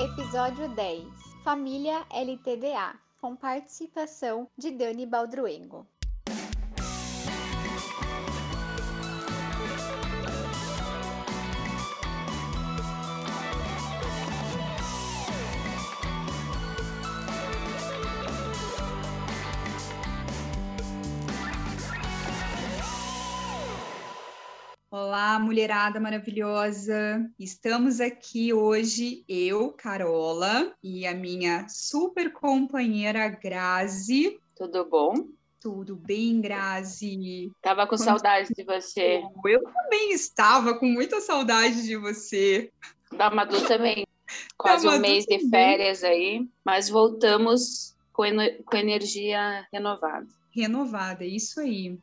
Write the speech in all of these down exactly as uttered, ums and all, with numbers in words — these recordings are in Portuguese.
Episódio dez. Família L T D A, com participação de Dani Baldruengo. Olá, mulherada maravilhosa! Estamos aqui hoje, eu, Carola, e a minha super companheira Grazi. Tudo bom? Tudo bem, Grazi? Tava com Quando... saudade de você. Eu também estava com muita saudade de você. Da Madu também. Quase um mês de férias aí, mas voltamos com, en- com energia renovada. Renovada, isso aí.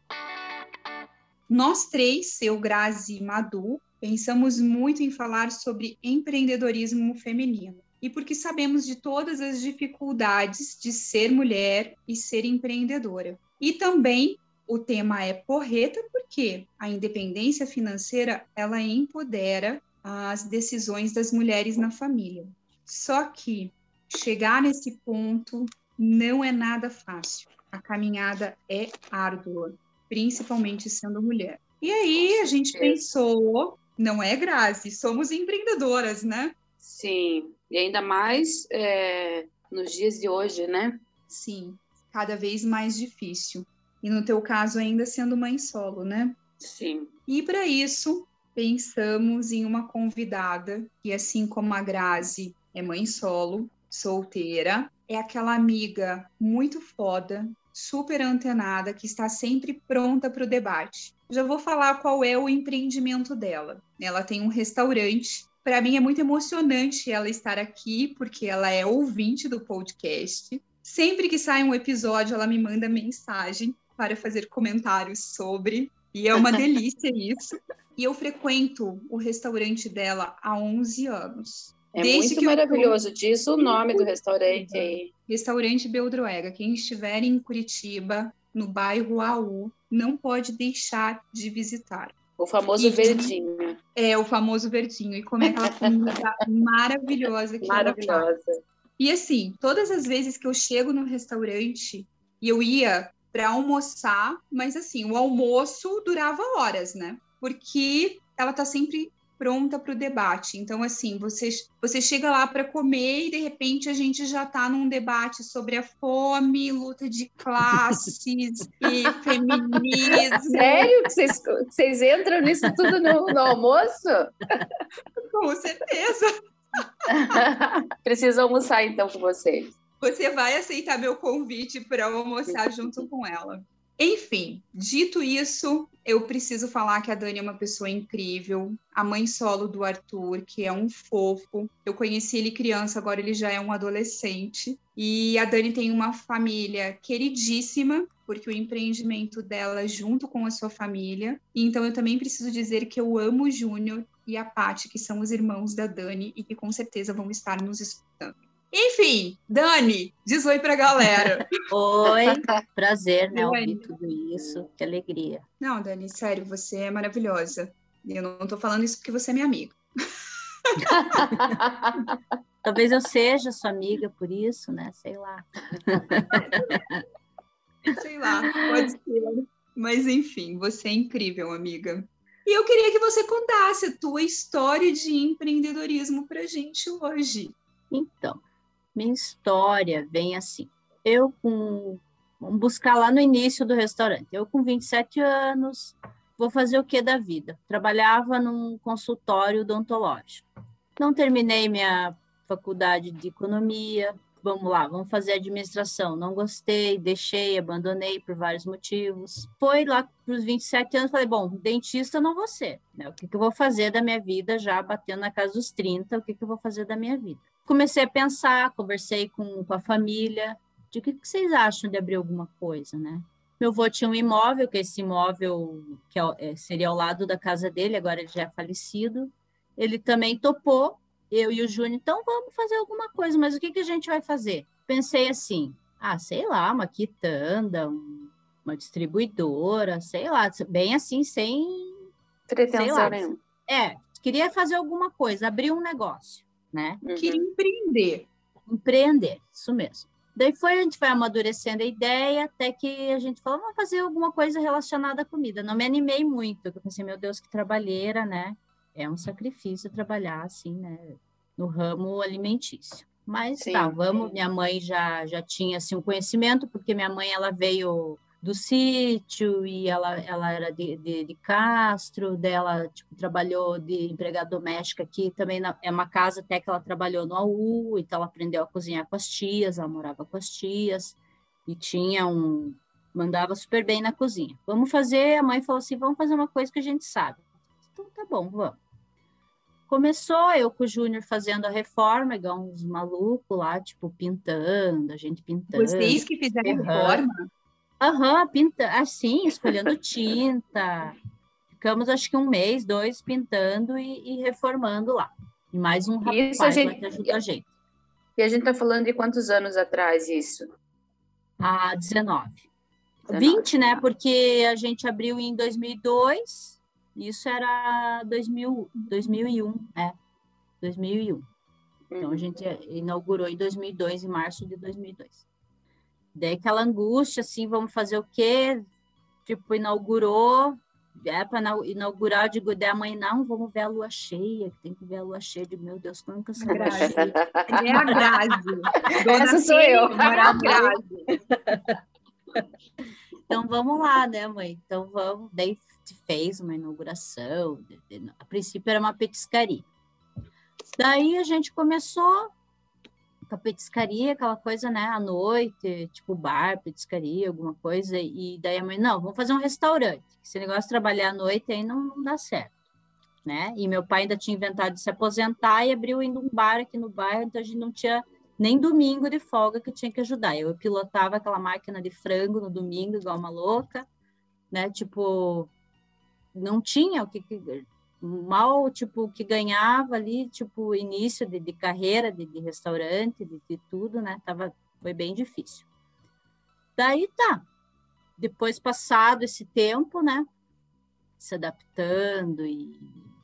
Nós três, eu, Grazi e Madu, pensamos muito em falar sobre empreendedorismo feminino. E porque sabemos de todas as dificuldades de ser mulher e ser empreendedora. E também o tema é porreta porque a independência financeira, ela empodera as decisões das mulheres na família. Só que chegar nesse ponto não é nada fácil. A caminhada é árdua, principalmente sendo mulher. E aí a gente pensou, não é, Grazi? Somos empreendedoras, né? Sim, e ainda mais é, nos dias de hoje, né? Sim, cada vez mais difícil. E no teu caso ainda sendo mãe solo, né? Sim. E para isso, pensamos em uma convidada que, assim como a Grazi é mãe solo, solteira, é aquela amiga muito foda, super antenada, que está sempre pronta para o debate. Já vou falar qual é o empreendimento dela. Ela tem um restaurante. Para mim é muito emocionante ela estar aqui, porque ela é ouvinte do podcast. Sempre que sai um episódio, ela me manda mensagem para fazer comentários sobre, e é uma delícia isso. E eu frequento o restaurante dela há onze anos. É Desde muito que maravilhoso. Eu... Diz o nome do restaurante aí. Restaurante Beldroega. Quem estiver em Curitiba, no bairro A U, não pode deixar de visitar. O famoso e, verdinho. É, o famoso verdinho. E comer aquela comida maravilhosa que Maravilhosa. ela faz. E assim, todas as vezes que eu chego no restaurante, e eu ia para almoçar, mas assim, o almoço durava horas, né? Porque ela tá sempre pronta para o debate. Então, assim, você, você chega lá para comer e, de repente, a gente já está num debate sobre a fome, luta de classes e feminismo. Sério que vocês, vocês entram nisso tudo no, no almoço? Com certeza. Preciso almoçar, então, com vocês. Você vai aceitar meu convite para almoçar junto com ela. Enfim, dito isso, eu preciso falar que a Dani é uma pessoa incrível, a mãe solo do Arthur, que é um fofo. Eu conheci ele criança, agora ele já é um adolescente. E a Dani tem uma família queridíssima, porque o empreendimento dela junto com a sua família. Então eu também preciso dizer que eu amo o Júnior e a Paty, que são os irmãos da Dani e que com certeza vão estar nos escutando. Enfim, Dani, diz oi pra galera. Oi, prazer, né, Oi. ouvir tudo isso, que alegria. Não, Dani, sério, você é maravilhosa. E eu não tô falando isso porque você é minha amiga. Talvez eu seja sua amiga por isso, né, sei lá. Sei lá, pode ser. Mas enfim, você é incrível, amiga. E eu queria que você contasse a tua história de empreendedorismo pra gente hoje. Então, minha história vem assim. Eu com... Vamos buscar lá no início do restaurante. Eu com vinte e sete anos, vou fazer o que da vida? Trabalhava num consultório odontológico. Não terminei minha faculdade de economia. Vamos lá, vamos fazer administração. Não gostei, deixei, abandonei por vários motivos. Foi lá para os vinte e sete anos, falei, bom, dentista não vou ser, né? O que, que eu vou fazer da minha vida, já batendo na casa dos trinta, o que, que eu vou fazer da minha vida? Comecei a pensar, conversei com, com a família, de o que, que vocês acham de abrir alguma coisa, né? Meu avô tinha um imóvel, que esse imóvel que é, seria ao lado da casa dele, agora ele já é falecido. Ele também topou, eu e o Júnior, então vamos fazer alguma coisa, mas o que, que a gente vai fazer? Pensei assim, ah, sei lá, uma quitanda, um, uma distribuidora, sei lá, bem assim, sem... Pretensão nenhuma. É, queria fazer alguma coisa, abrir um negócio. né? Queria empreender. Empreender, isso mesmo. Daí foi, a gente vai amadurecendo a ideia, até que a gente falou, vamos fazer alguma coisa relacionada à comida. Não me animei muito, eu pensei, meu Deus, que trabalheira, né? É um sacrifício trabalhar, assim, né? No ramo alimentício. Mas Sim, tá, vamos, sim. minha mãe já, já tinha, assim, um conhecimento, porque minha mãe, ela veio do sítio e ela, ela era de, de, de Castro, dela, tipo, trabalhou de empregada doméstica aqui, também na, é uma casa até que ela trabalhou no A U, então ela aprendeu a cozinhar com as tias, ela morava com as tias, e tinha um, mandava super bem na cozinha. Vamos fazer, a mãe falou assim, vamos fazer uma coisa que a gente sabe. Então tá bom, vamos. Começou eu com o Júnior fazendo a reforma, igual uns malucos lá, tipo, pintando, a gente pintando. Vocês que fizeram a reforma? Aham, pinta, assim, escolhendo tinta. Ficamos, acho que um mês, dois, pintando e, e reformando lá. E mais um rapaz Isso a gente... lá que ajuda a gente. E a gente está falando de quantos anos atrás isso? Ah, dezenove. dezenove. vinte, né? Porque a gente abriu em dois mil e dois, isso era dois mil, dois mil e um, é, dois mil e um. Então, a gente inaugurou em dois mil e dois, em março de dois mil e dois. Daí aquela angústia, assim, vamos fazer o quê? Tipo, inaugurou, é para inaugurar, eu digo, daí a mãe, não, vamos ver a lua cheia, que tem que ver a lua cheia. Eu digo, meu Deus, como que essa lua cheia? É a Grazi. Dona Essa sou eu. É a Grazi. Então, vamos lá, né, mãe? Então, vamos. Daí fez uma inauguração, a princípio era uma petiscaria. Daí a gente começou com a petiscaria, aquela coisa, né, à noite, tipo bar, petiscaria, alguma coisa, e daí a mãe, não, vamos fazer um restaurante, esse negócio de trabalhar à noite aí não, não dá certo, né, e meu pai ainda tinha inventado de se aposentar e abriu ainda um bar aqui no bairro, então a gente não tinha nem domingo de folga que eu tinha que ajudar, eu pilotava aquela máquina de frango no domingo, igual uma louca, né, tipo, não tinha o que... mal, tipo, que ganhava ali, tipo, início de, de carreira, de, de restaurante, de, de tudo, né, tava, foi bem difícil. Daí, tá, depois passado esse tempo, né, se adaptando e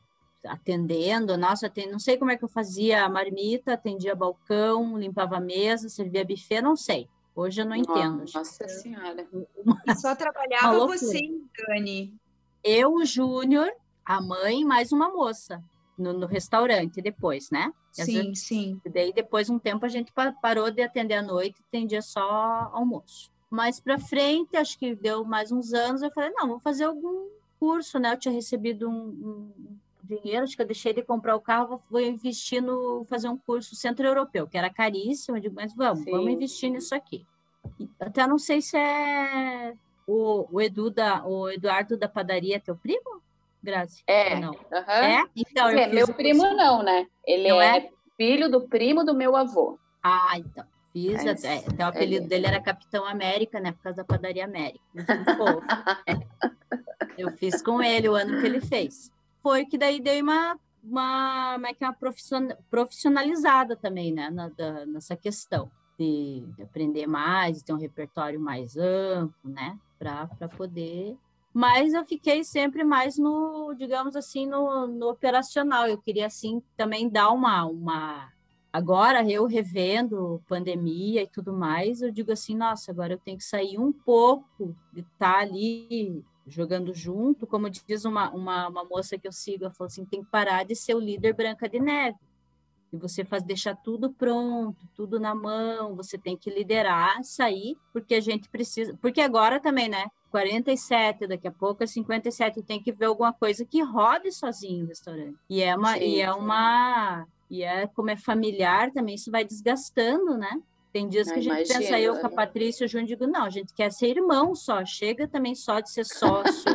atendendo, nossa, atend... não sei como é que eu fazia a marmita, atendia balcão, limpava a mesa, servia buffet, não sei, hoje eu não entendo. Nossa Senhora. E só trabalhava você, Dani? Eu, o Júnior, a mãe mais uma moça no, no restaurante depois, né? Sim, vezes, sim. Daí depois um tempo a gente parou de atender à noite, atendia só almoço. Mais para frente, acho que deu mais uns anos, eu falei, não, vou fazer algum curso, né? Eu tinha recebido um, um dinheiro, acho que eu deixei de comprar o carro, vou investir no fazer um curso centro-europeu, que era caríssimo, eu digo, mas vamos, sim, vamos investir nisso aqui. E até não sei se é o, o, Edu da, o Eduardo da padaria, teu primo? Grazi? É. Não. Uhum. É? Então, eu é, fiz meu primo curso... não, né? Ele não é, é filho do primo do meu avô. Ah, então. Fiz, é, até, até o apelido é. dele era Capitão América, né? Por causa da padaria América. Muito fofo. É. Eu fiz com ele o ano que ele fez. Foi que daí dei uma, uma, como é que é, uma profissionalizada também, né? Na, da, nessa questão de, de aprender mais, de ter um repertório mais amplo, né? Para poder... Mas eu fiquei sempre mais no, digamos assim, no, no operacional. Eu queria, assim, também dar uma, uma... Agora, eu revendo pandemia e tudo mais, eu digo assim, nossa, agora eu tenho que sair um pouco de estar ali jogando junto. Como diz uma, uma, uma moça que eu sigo, ela falou assim, tem que parar de ser o líder Branca de Neve. E você faz, deixar tudo pronto, tudo na mão, você tem que liderar, sair, porque a gente precisa... Porque agora também, né? quarenta e sete, daqui a pouco é cinquenta e sete, tem que ver alguma coisa que rode sozinho o restaurante. E é uma... Sim, e é uma e é como é familiar também, isso vai desgastando, né? Tem dias que a gente imagino, pensa, eu com a Patrícia, o João, digo, não, a gente quer ser irmão só, chega também só de ser sócio,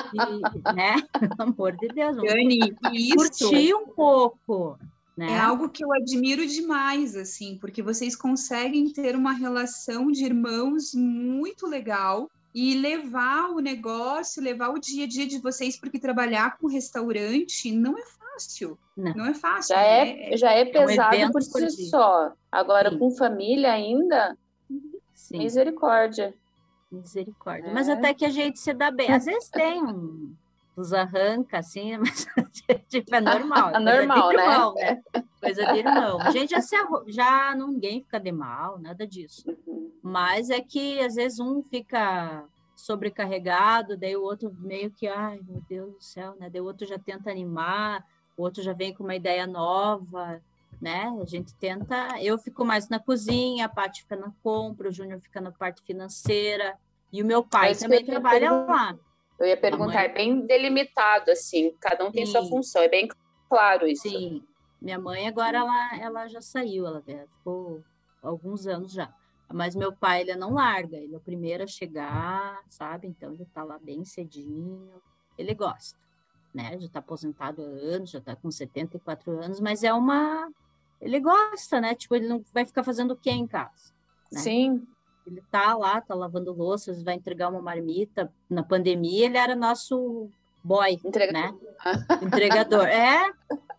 e, né? Pelo amor de Deus, vamos Dani, isso curtir um pouco. Né? É algo que eu admiro demais, assim, porque vocês conseguem ter uma relação de irmãos muito legal e levar o negócio, levar o dia a dia de vocês, porque trabalhar com restaurante não é fácil. Não, não é fácil. Já né? é, já é pesado é um por si só. Agora, sim, com família ainda, sim, misericórdia. Misericórdia. É. Mas até que a gente se dá bem. Às vezes tem um... os arranca, assim, mas tipo, é normal. normal, é né? Irmão, né? Coisa de irmão. A gente já se arro... já ninguém fica de mal, nada disso. Uhum. Mas é que às vezes um fica sobrecarregado, daí o outro meio que, ai, meu Deus do céu, né? Daí o outro já tenta animar, o outro já vem com uma ideia nova, né? A gente tenta, eu fico mais na cozinha, a Paty fica na compra, o Júnior fica na parte financeira, e o meu pai Mas também eu ia trabalha perguntar- lá. Eu ia perguntar, mãe- é bem delimitado, assim, cada um tem sua Sim. função, é bem claro isso. Sim, minha mãe agora ela, ela já saiu, ela ficou alguns anos já. Mas meu pai, ele não larga, ele é o primeiro a chegar, sabe? Então ele tá lá bem cedinho, ele gosta, né? Já tá aposentado há anos, já tá com setenta e quatro anos, mas é uma... Ele gosta, né? Tipo, ele não vai ficar fazendo o quê em casa? Né? Sim. Ele tá lá, tá lavando louças, vai entregar uma marmita. Na pandemia, ele era nosso boy, Entrega... né? Entregador. É,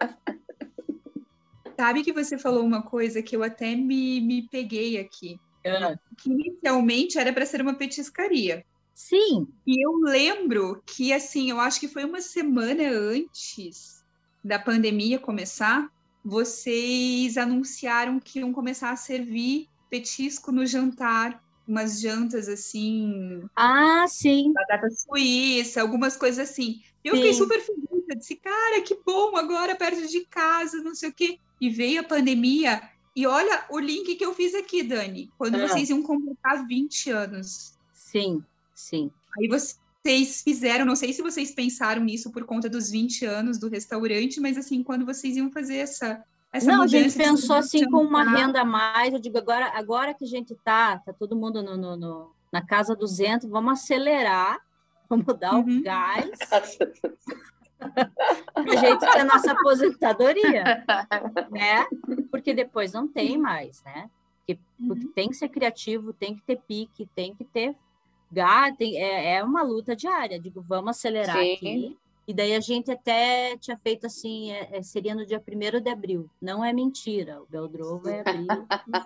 Sabe que você falou uma coisa que eu até me, me peguei aqui. é. Que inicialmente era para ser uma petiscaria. Sim, E eu lembro que, assim, eu acho que foi uma semana antes da pandemia começar, vocês anunciaram que iam começar a servir petisco no jantar, umas jantas, assim, ah, sim, batata suíça, algumas coisas assim. E eu fiquei sim. super feliz, eu disse, cara, que bom, agora perto de casa, não sei o quê. E veio a pandemia, e olha o link que eu fiz aqui, Dani, quando Ah. vocês iam completar vinte anos. Sim, sim. Aí vocês fizeram, não sei se vocês pensaram nisso por conta dos vinte anos do restaurante, mas assim, quando vocês iam fazer essa, essa Não, a mudança... gente pensou de assim com uma jantar, renda a mais. Eu digo, agora, agora que a gente tá, tá todo mundo no, no- no- na casa duzentos, vamos acelerar, vamos dar o Uhum. gás para a gente ter a nossa aposentadoria, né? Porque depois não tem mais, né? Porque, porque Uhum. tem que ser criativo, tem que ter pique, tem que ter gás, tem- é, é uma luta diária. Digo, vamos acelerar Sim. aqui. E daí a gente até tinha feito assim, é- é, seria no dia primeiro de abril. Não é mentira, o Beldrovo é abril.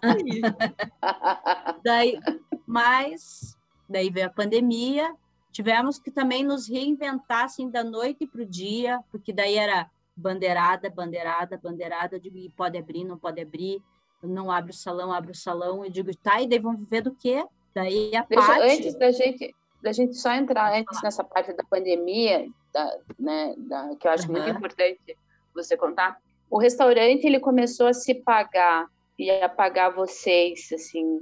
Daí, mas daí veio a pandemia, tivemos que também nos reinventar assim da noite para o dia, porque daí era bandeirada, bandeirada, bandeirada, eu digo, e pode abrir, não pode abrir, não abre o salão, abre o salão, eu digo, tá, e daí vamos viver do quê? Daí a Deixa, Paty... antes da gente, da gente só entrar antes nessa parte da pandemia, da, né, da, que eu acho muito Aham. importante você contar, o restaurante ele começou a se pagar e a pagar vocês, assim,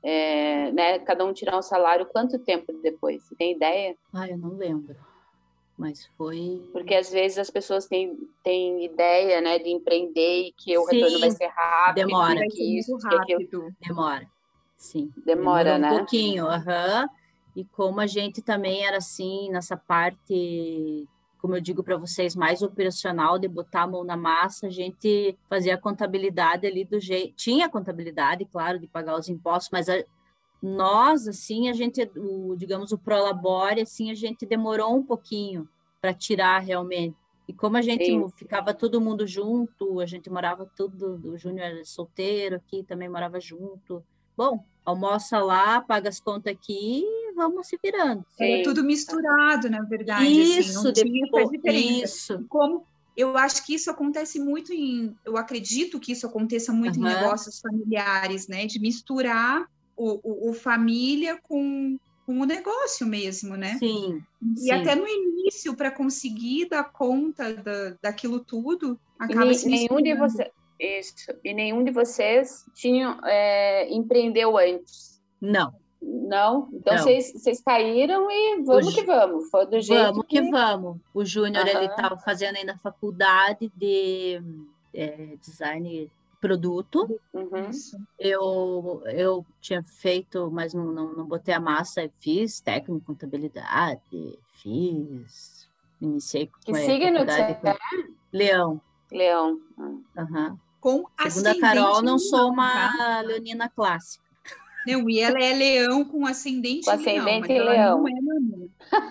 é, né, cada um tirar um salário, quanto tempo depois? Você tem ideia? Ai, eu não lembro, mas foi... Porque às vezes as pessoas têm, têm ideia, né, de empreender e que o Sim, retorno vai ser rápido, demora. Vai que ser isso, muito que aquilo. rápido. Demora, sim. Demora, Demorou né? um pouquinho, aham. E como a gente também era assim, nessa parte, como eu digo para vocês, mais operacional, de botar a mão na massa, a gente fazia a contabilidade ali do jeito... Tinha a contabilidade, claro, de pagar os impostos, mas a... nós, assim, a gente, o, digamos, o Prolabore, assim, a gente demorou um pouquinho para tirar realmente. E como a gente Sim. ficava todo mundo junto, a gente morava tudo, o Júnior era solteiro aqui, também morava junto. Bom, almoça lá, paga as contas aqui e vamos se virando. Era Sim. tudo misturado, na verdade, Isso, assim, não tinha essa depois, diferença. isso. Como eu acho que isso acontece muito em, eu acredito que isso aconteça muito Aham. em negócios familiares, né, de misturar o, o, o família com, com o negócio mesmo, né? Sim, E sim. até no início, para conseguir dar conta da, daquilo tudo, E acaba nem- se nenhum de misturando. você, isso. E nenhum de vocês tinham é, empreendeu antes. Não, Não? Então Não. vocês vocês caíram e vamos O que Ju- vamos. Foi do jeito vamos que vamos. O Júnior, ele Aham. estava fazendo ainda faculdade de é, design de produto. Uhum. Isso. Eu, eu tinha feito, mas não, não, não botei a massa, fiz técnico em contabilidade, fiz, iniciei Que com a signo que faculdade você com Leão. Leão. Aham. Com Segundo a ascendente Carol, não em sou leão, uma tá? leonina clássica. Não, e ela é leão com ascendente Com em leão, ascendente mas em ela leão. não é leonina.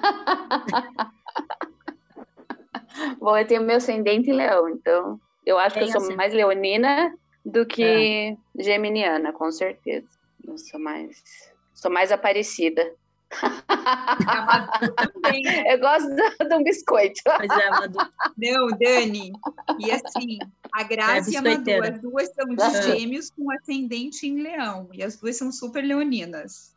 Bom, eu tenho meu ascendente em Leão, então eu acho que eu Tem sou ascendente. mais leonina do que geminiana, com certeza. Eu sou mais, sou mais aparecida. A Madu também, né? Eu gosto de um biscoito. Mas é uma do... Não, Dani. E assim, A É Grazi e a Madu, biscoiteira. as duas são de gêmeos com ascendente em leão. E as duas são super leoninas.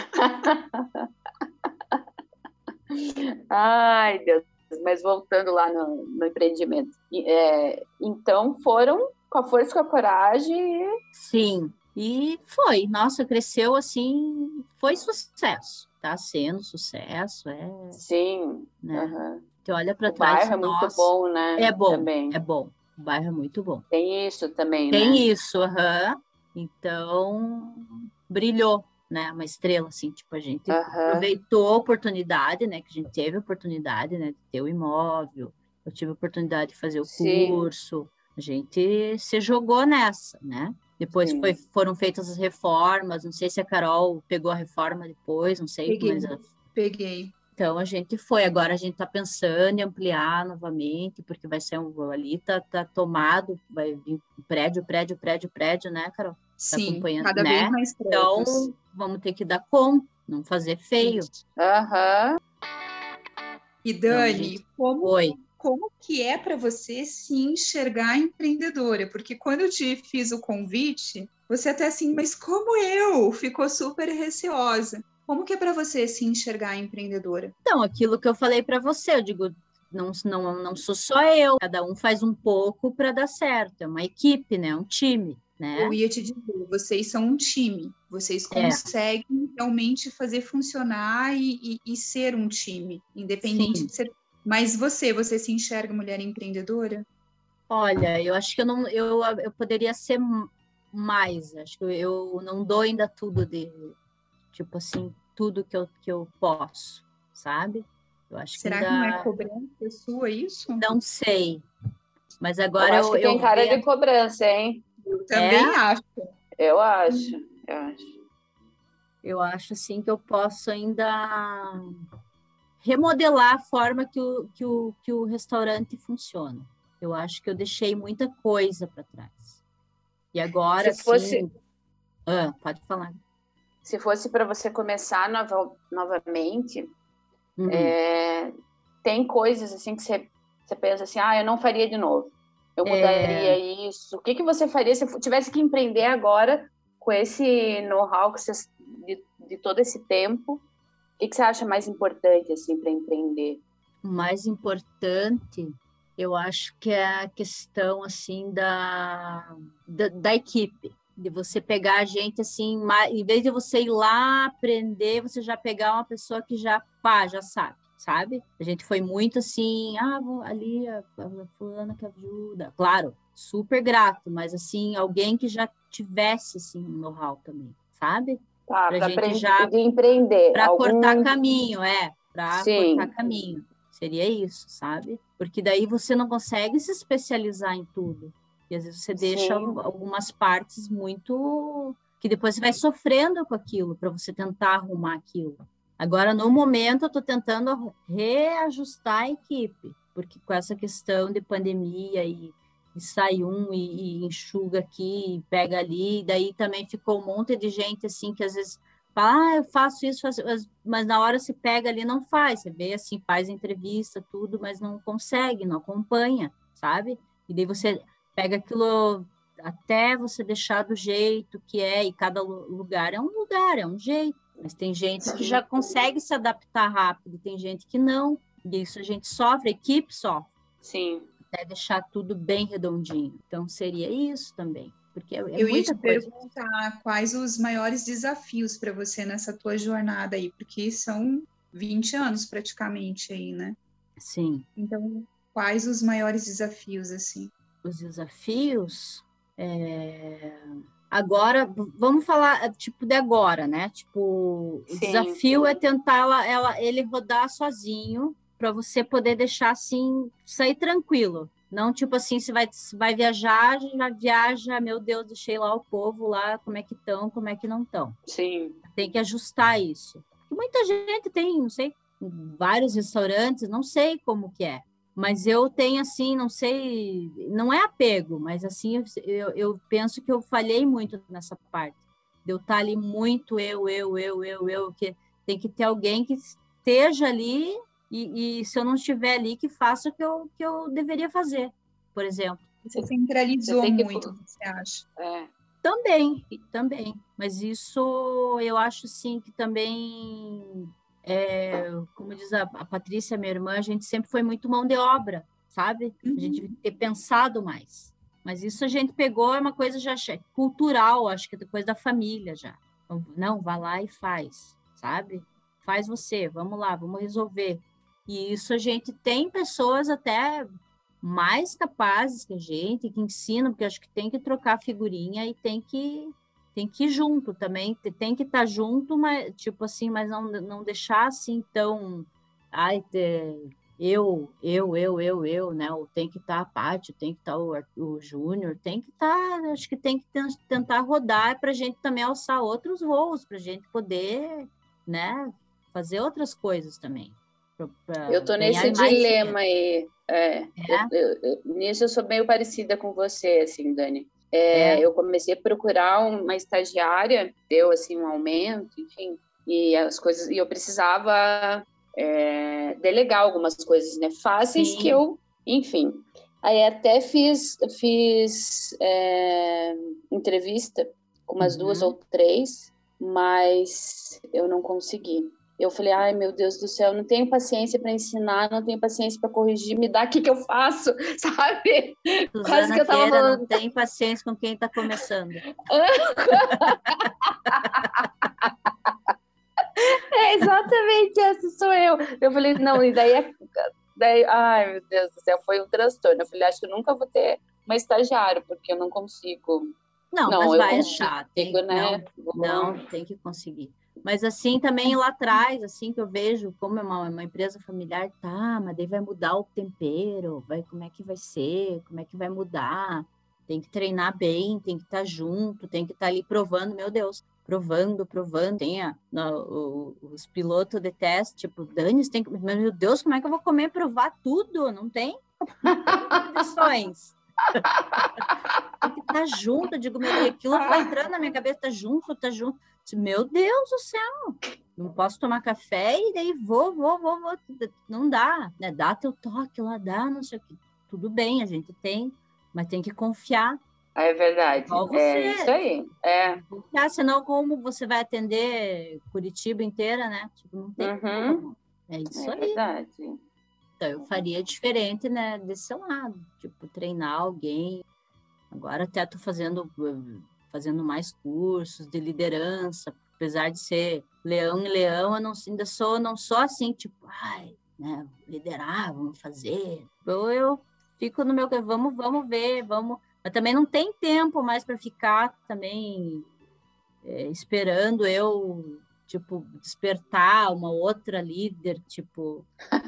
Ai, Deus. Mas voltando lá no, no empreendimento. É, então, foram com a força e com a coragem. Sim, e foi. Nossa, cresceu assim, foi sucesso. Tá sendo sucesso, é, Sim. né? Uhum. Você olha para O trás, bairro é muito nossa, bom, né? é bom, Também. é bom. O bairro é muito bom. Tem isso também, Tem né? isso, aham. Então, brilhou, né? Uma estrela, assim, tipo, a gente Uhum. aproveitou a oportunidade, né? Que a gente teve a oportunidade, né? De ter o imóvel. Eu tive a oportunidade de fazer o Sim. curso. A gente se jogou nessa, né? Depois Sim. foi, foram feitas as reformas. Não sei se a Carol pegou a reforma depois, não sei. Peguei, Mas... peguei. Então, a gente foi. Agora a gente está pensando em ampliar novamente, porque vai ser um... Ali tá, tá tomado, vai vir prédio, prédio, prédio, prédio, né, Carol? Tá Sim, acompanhando, cada né? vez mais Então, prédios. vamos ter que dar conta, não fazer feio. Aham. E Então, a Dani, gente como, foi. como que é para você se enxergar empreendedora? Porque quando eu te fiz o convite, você até assim, mas como eu? Ficou super receosa. Como que é para você se enxergar empreendedora? Então, aquilo que eu falei para você, eu digo, não, não, não sou só eu, cada um faz um pouco para dar certo, é uma equipe, né? Um time, né? Eu ia te dizer, vocês são um time, vocês É. conseguem realmente fazer funcionar e, e, e ser um time, independente Sim. de ser. Mas você, você se enxerga mulher empreendedora? Olha, eu acho que eu não, eu, eu poderia ser mais, acho que eu, eu não dou ainda tudo de, tipo assim, tudo que eu, que eu posso, sabe? Eu acho Será que que não é ainda cobrança sua isso? não sei, mas Eu agora acho eu, que tem eu cara vejo- de cobrança, hein? Eu também É? acho. Eu acho. Eu acho. eu acho assim que eu posso ainda remodelar a forma que o, que o, que o restaurante funciona. Eu acho que eu deixei muita coisa para trás. E agora, Se fosse, sim... Ah, pode falar. se fosse para você começar nova, novamente, Uhum. é, tem coisas assim que você, você pensa assim, ah, eu não faria de novo. Eu mudaria É... isso. O que, que você faria se tivesse que empreender agora com esse know-how que você, de, de todo esse tempo? O que, que você acha mais importante assim para empreender? O mais importante, eu acho que é a questão assim da, da, da equipe, de você pegar a gente assim, em vez de você ir lá aprender, você já pegar uma pessoa que já, pá, já sabe, sabe? A gente foi muito assim, ah, ali a, a fulana que ajuda, claro, super grato, mas assim, alguém que já tivesse assim um know-how também, sabe? Tá, Pra para gente aprender já de empreender. para Algum... cortar caminho, é, para Sim. cortar caminho. Seria isso, sabe? Porque daí você não consegue se especializar em tudo. E às vezes você deixa Sim. algumas partes muito que depois você vai sofrendo com aquilo para você tentar arrumar aquilo. Agora, no momento, eu estou tentando reajustar a equipe, porque com essa questão de pandemia e, e sai um e, e enxuga aqui, e pega ali, e daí também ficou um monte de gente assim que às vezes fala, ah, eu faço isso, faço... mas na hora se pega ali, não faz. Você vê assim, faz entrevista, tudo, mas não consegue, não acompanha, sabe? E daí você pega aquilo até você deixar do jeito que é, e cada lugar é um lugar, é um jeito. Mas tem gente que já consegue se adaptar rápido, tem gente que não. E isso a gente sofre, a equipe sofre. Sim. Até deixar tudo bem redondinho. Então, seria isso também. Porque é, é Eu muita ia te coisa. perguntar quais os maiores desafios para você nessa tua jornada aí, porque são vinte anos praticamente aí, né? Sim. Então, quais os maiores desafios, assim? Os desafios... É... Agora, vamos falar, tipo, de agora, né? Tipo, o Sim. desafio é tentar ela, ela, ele rodar sozinho para você poder deixar, assim, sair tranquilo. Não, tipo assim, você vai, vai viajar, já viaja, meu Deus, deixei lá o povo lá, como é que estão, como é que não estão. Sim. Tem que ajustar isso. Porque muita gente tem, não sei, vários restaurantes, não sei como que é. Mas eu tenho, assim, não sei, não é apego, mas assim, eu, eu penso que eu falhei muito nessa parte. De eu estar ali muito eu, eu, eu, eu, eu, que tem que ter alguém que esteja ali e, e se eu não estiver ali, que faça o que eu, que eu deveria fazer, por exemplo. Você centralizou Você tem que- muito, você acha? É. Também, também. Mas isso eu acho sim que também, é, como diz a, a Patrícia, minha irmã, a gente sempre foi muito mão de obra, sabe? A gente devia ter pensado mais. Mas isso a gente pegou, é uma coisa já che- cultural, acho que é depois da família já. Então, não, vá lá e faz, sabe? Faz você, vamos lá, vamos resolver. E isso a gente tem pessoas até mais capazes que a gente, que ensinam, porque acho que tem que trocar figurinha e tem que tem que ir junto também, te- tem que estar junto, mas tipo assim, mas não, não deixar assim tão, ai, te- eu, eu, eu, eu, eu, né? Ou tem que estar a Paty, tem que estar o, Ar- o Júnior, tem que estar, acho que tem que ten- tentar rodar para a gente também alçar outros voos, para a gente poder, né, fazer outras coisas também. pra- pra Eu tô ganhar nesse mais dinheiro. dilema aí. É, É? eu- eu- eu- nisso eu sou meio parecida com você, assim, Dani. É, É. Eu comecei a procurar uma estagiária, deu assim um aumento, enfim, e as coisas, e eu precisava é, delegar algumas coisas, né, fáceis Sim. que eu, enfim. Aí até fiz, fiz é, entrevista com umas Uhum. duas ou três, mas eu não consegui. Eu falei, ai meu Deus do céu, não tenho paciência para ensinar, não tenho paciência para corrigir, me dá o que que eu faço, sabe? Quase Suzana que eu tava Queira falando. não tem paciência com quem está começando. É exatamente essa sou eu. Eu falei, não, e daí, é- daí, ai meu Deus do céu, foi um transtorno. Eu falei, acho que eu nunca vou ter uma estagiária, porque eu não consigo. Não, Não, mas eu vai consigo, achar. Tem, né? não, Vou- não, tem que conseguir. Mas assim, também lá atrás, assim que eu vejo como é uma, uma empresa familiar, tá, mas daí vai mudar o tempero, vai, como é que vai ser, como é que vai mudar? Tem que treinar bem, tem que estar junto, tem que estar ali provando, meu Deus, provando, provando. Tem a, no- o- os pilotos de teste, tipo, Dani, você tem que, mas, meu Deus, como é que eu vou comer provar tudo? Não tem, não tem condições. Tem que estar junto, eu digo, meu Deus, aquilo foi entrando na minha cabeça, tá junto, tá junto. Disse, meu Deus do céu, não posso tomar café e daí vou, vou, vou, vou. Não dá, né? Dá teu toque lá, dá, não sei o que. Tudo bem, a gente tem, mas tem que confiar. É verdade. Igual você. É isso aí. É. Confiar, senão como você vai atender Curitiba inteira, né? Tipo, não tem Uhum. como. É isso É aí. verdade. Então, eu faria diferente, né, desse lado. Tipo, treinar alguém. Agora até estou fazendo, fazendo mais cursos de liderança, apesar de ser leão e leão, eu não, ainda sou, não sou assim, tipo, ai, né, liderar, vamos fazer. Eu, eu fico no meu, vamos, vamos ver, vamos. Mas também não tem tempo mais para ficar também é, esperando eu, tipo, despertar uma outra líder, tipo,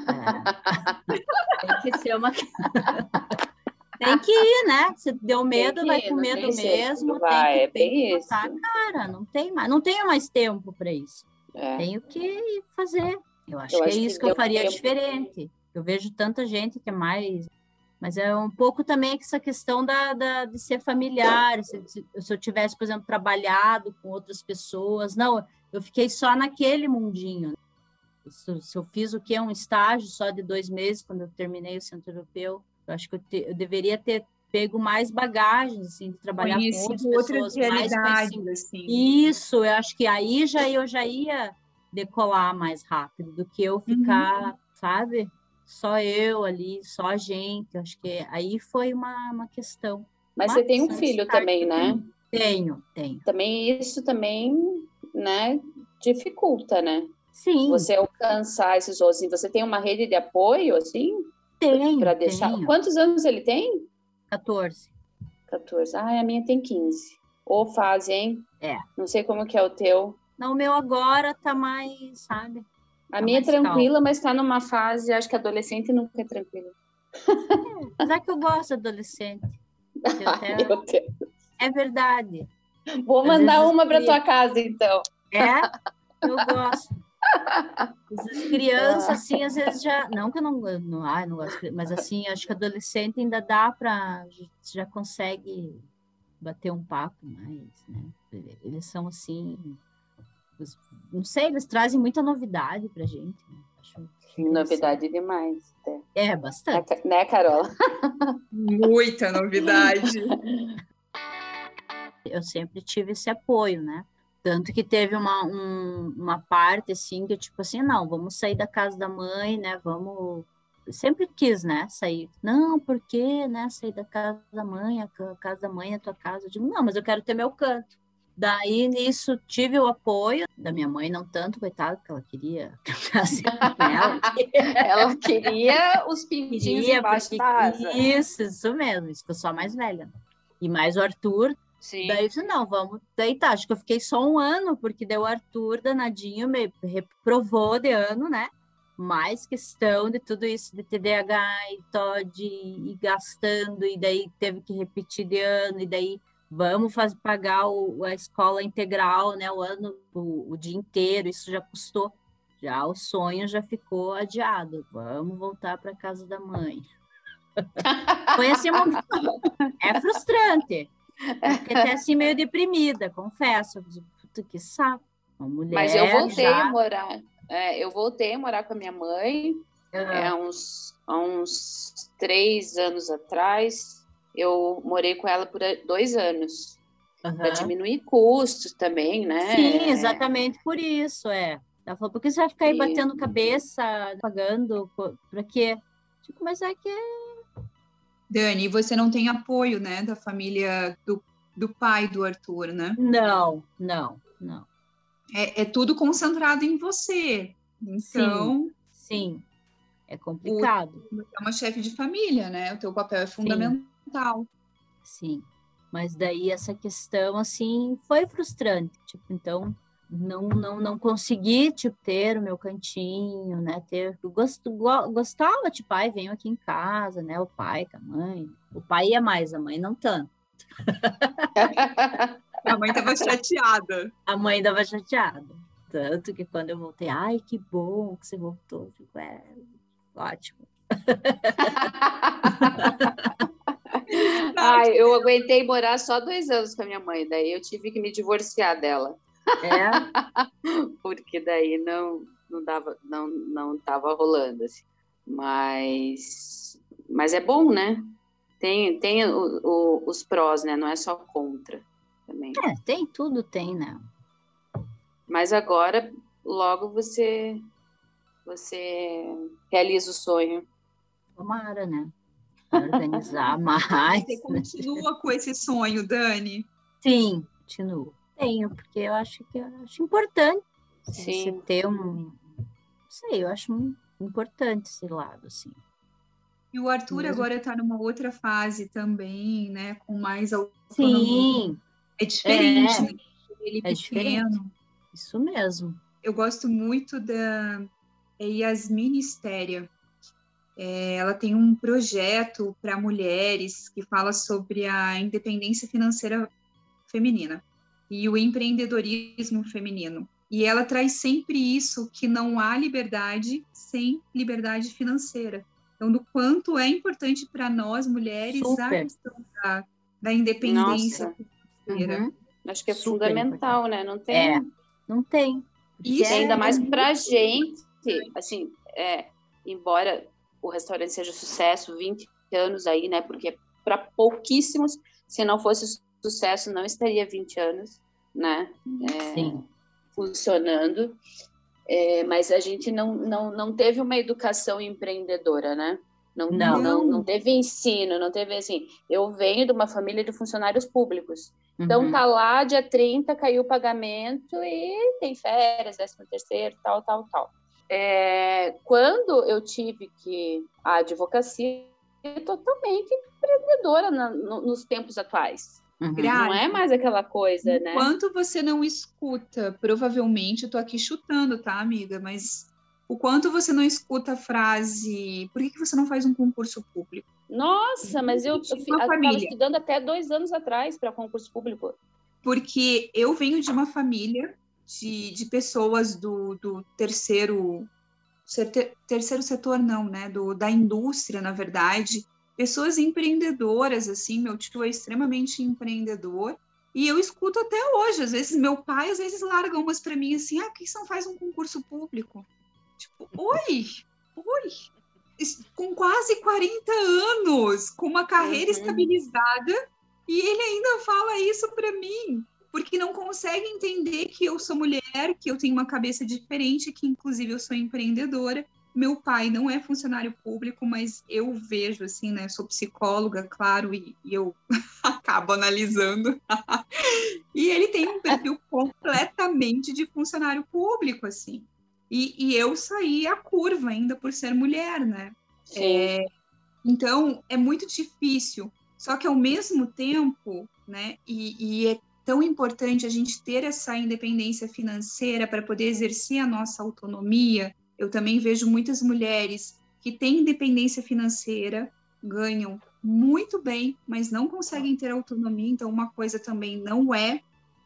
é, tem que ser uma... Tem que ir, né? Se deu medo, que vai ir, com não medo tem jeito, mesmo. vai, tem é que, tem bem que botar a isso. cara. Não tem mais, não tenho mais tempo para isso. É. Tenho que fazer. Eu acho Eu que acho é que isso que, eu deu faria tempo. diferente. Eu vejo tanta gente que é mais... Mas é um pouco também essa questão da, da, de ser familiar. Se, se, se eu tivesse, por exemplo, trabalhado com outras pessoas. Não, eu fiquei só naquele mundinho. Se, se eu fiz o que é um estágio só de dois meses, quando eu terminei o Centro Europeu, eu acho que eu, te, eu deveria ter pego mais bagagens, assim, de trabalhar com outras Conhecido pessoas, outras mais realidades, conhecidas. assim. Isso, eu acho que aí já eu já ia decolar mais rápido do que eu ficar, uhum. sabe? Só eu ali, só a gente. Eu acho que aí foi uma, uma questão. Mas, Mas você tem um filho também, né? Tenho, tenho. Também isso também, né, dificulta, né? Sim. Você alcançar esses outros. Assim, você tem uma rede de apoio, assim? Tenho, para deixar. tenho. Quantos anos ele tem? quatorze. quatorze. Ah, a minha tem quinze. Ou fase, hein? É. Não sei como que é o teu. Não, o meu agora tá mais, sabe? A tá minha é tranquila, calma. mas tá numa fase, acho que adolescente nunca é tranquila. É, apesar que eu gosto de adolescente. Eu até... Meu Deus. É verdade. Vou Às mandar vezes uma para queria... tua casa, então. É, eu gosto. As crianças, assim, às vezes já... Não que eu não, não, ah, eu não gosto, mas assim, acho que adolescente ainda dá para... Já consegue bater um papo mais, né? Eles são, assim... Não sei, eles trazem muita novidade pra gente. Né? Acho novidade demais. Até. É, bastante. É, né, Carola? Muita novidade. Eu sempre tive esse apoio, né? Tanto que teve uma, um, uma parte, assim, que tipo assim, não, vamos sair da casa da mãe, né? Vamos... Eu sempre quis, né, sair. Não, por quê, né? Sair da casa da mãe, a casa da mãe é a tua casa. Eu digo, não, mas eu quero ter meu canto. Daí, nisso, tive o apoio da minha mãe, não tanto, coitada, porque ela queria que eu ficasse com ela. Ela queria os pintinhos Queria, embaixo porque... da asa. Isso, isso mesmo, isso que eu sou a mais velha. E mais o Arthur. Sim. Daí eu disse, não, vamos. Daí tá, acho que eu fiquei só um ano, porque deu o Arthur danadinho, me reprovou de ano, né? Mais questão de tudo isso de T D A H e T O D e gastando, e daí teve que repetir de ano, e daí vamos fazer, pagar o, a escola integral, né? O ano, o, o dia inteiro, isso já custou. Já o sonho já ficou adiado. Vamos voltar para casa da mãe. Foi assim, uma... é frustrante. Eu fiquei até assim meio deprimida, confesso. Puta, que saco. Uma mulher Mas eu voltei já... a morar. É, eu voltei a morar com a minha mãe uhum. é, há uns, há uns três anos atrás. Eu morei com ela por dois anos. Uhum. Para diminuir custos também, né? Sim, exatamente por isso, é. Ela falou, por que você vai ficar aí E... batendo cabeça, pagando, para quê? Tipo, mas é que... Dani, você não tem apoio, né, da família do, do pai do Arthur, né? Não, não, não. É, é tudo concentrado em você. Então... Sim, sim. É complicado. Você é uma chefe de família, né? O teu papel é fundamental. Sim, mas daí essa questão, assim, foi frustrante. Tipo, então... não não não consegui tipo ter o meu cantinho, né, ter eu gosto, gostava tipo, pai, venho aqui em casa, né, o pai com a mãe, o pai ia mais, a mãe não tanto. A mãe tava chateada. A mãe tava chateada, tanto que quando eu voltei, ai, que bom que você voltou, eu digo, é, ótimo. Ai, eu aguentei morar só dois anos com a minha mãe, daí eu tive que me divorciar dela. É? Porque daí não não dava, não não tava rolando assim. Mas mas é bom, né? Tem tem o, o, os prós, né? Não é só contra também. É, tem tudo, tem, né? Mas agora logo você você realiza o sonho. Tomara, né? Organizar mais. Você continua com esse sonho, Dani? Sim, continuo. Tenho, porque eu acho que eu acho importante Sim. Você ter um... Não sei, eu acho importante esse lado, assim. E o Arthur Mesmo. agora está numa outra fase também, né? Com mais autonomia. Sim. É diferente, é, né? Ele é pequeno. Diferente. Isso mesmo. Eu gosto muito da Yasmin Estéria. É, ela tem um projeto para mulheres que fala sobre a independência financeira feminina e o empreendedorismo feminino. E ela traz sempre isso, que não há liberdade sem liberdade financeira. Então, do quanto é importante para nós, mulheres, Super. a questão da, da independência Nossa. financeira. Uhum. Acho que é Super fundamental, importante. né? Não tem... É, não tem. Isso E ainda é mais muito para a gente, assim, é, embora o restaurante seja sucesso, vinte anos aí, né? Porque para pouquíssimos, se não fosse sucesso, não estaria vinte anos, né? É, Sim. Funcionando. É, mas a gente não, não, não teve uma educação empreendedora, né? Não, Não. não, não teve ensino, não teve assim. Eu venho de uma família de funcionários públicos. Então, Uhum. tá lá, dia trinta, caiu o pagamento e tem férias, décimo terceiro, tal, tal, tal. É, quando eu tive que... A advocacia é totalmente empreendedora na, no, nos tempos atuais. Uhum. Não é mais aquela coisa, né? Enquanto você não escuta, provavelmente, eu tô aqui chutando, tá, amiga? Mas o quanto você não escuta a frase, por que, que você não faz um concurso público? Nossa, mas eu estava estudando até dois anos atrás para concurso público. Porque eu venho de uma família de, de pessoas do, do terceiro, terceiro setor, não, né? Do, da indústria, na verdade. Pessoas empreendedoras, assim, meu tio é extremamente empreendedor. E eu escuto até hoje, às vezes meu pai, às vezes larga umas para mim assim, ah, por que você não faz um concurso público? Tipo, oi, oi, com quase quarenta anos, com uma carreira Uhum. estabilizada, e ele ainda fala isso para mim, porque não consegue entender que eu sou mulher, que eu tenho uma cabeça diferente, que inclusive eu sou empreendedora. Meu pai não é funcionário público, mas eu vejo, assim, né? Sou psicóloga, claro, e, e eu acabo analisando. E ele tem um perfil completamente de funcionário público, assim. E, e eu saí a curva ainda por ser mulher, né? É, então, é muito difícil. Só que, ao mesmo tempo, né? E, e é tão importante a gente ter essa independência financeira para poder exercer a nossa autonomia. Eu também vejo muitas mulheres que têm independência financeira, ganham muito bem, mas não conseguem ter autonomia. Então, uma coisa também não é,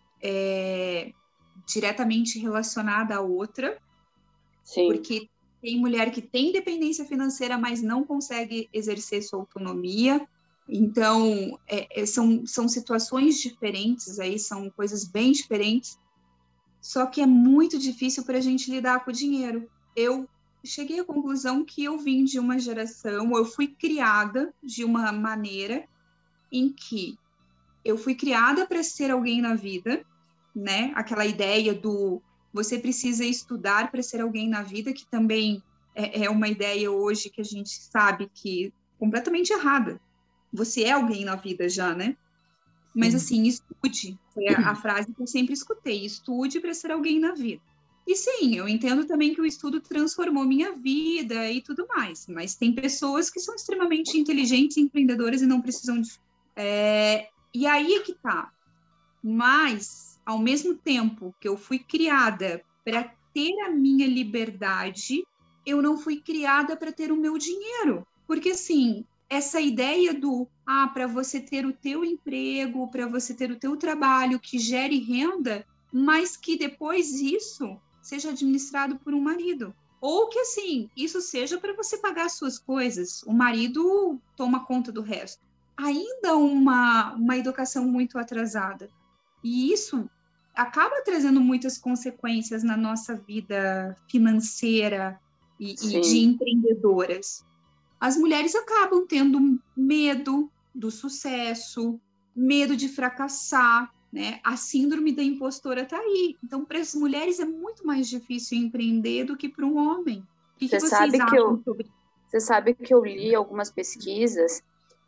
é diretamente relacionada à outra. Sim. Porque tem mulher que tem independência financeira, mas não consegue exercer sua autonomia. Então, é, é, são, são situações diferentes aí, são coisas bem diferentes. Só que é muito difícil para a gente lidar com o dinheiro. Eu cheguei à conclusão que eu vim de uma geração, eu fui criada de uma maneira em que eu fui criada para ser alguém na vida, né? Aquela ideia do você precisa estudar para ser alguém na vida, que também é, é uma ideia hoje que a gente sabe que é completamente errada. Você é alguém na vida já, né? Mas, assim, estude. Foi a, a frase que eu sempre escutei. Estude para ser alguém na vida. E, sim, eu entendo também que o estudo transformou minha vida e tudo mais. Mas tem pessoas que são extremamente inteligentes e empreendedoras e não precisam de... É, e aí é que tá. Mas, ao mesmo tempo que eu fui criada para ter a minha liberdade, eu não fui criada para ter o meu dinheiro. Porque, assim, essa ideia do, ah, para você ter o teu emprego, para você ter o teu trabalho que gere renda, mas que depois isso seja administrado por um marido. Ou que, assim, isso seja para você pagar as suas coisas, o marido toma conta do resto. Ainda uma, uma educação muito atrasada. E isso acaba trazendo muitas consequências na nossa vida financeira e, e de empreendedoras. As mulheres acabam tendo medo do sucesso, medo de fracassar, né? A síndrome da impostora está aí. Então, para as mulheres é muito mais difícil empreender do que para um homem. O que, que vocês sabe acham que eu, sobre isso? Você sabe que eu li algumas pesquisas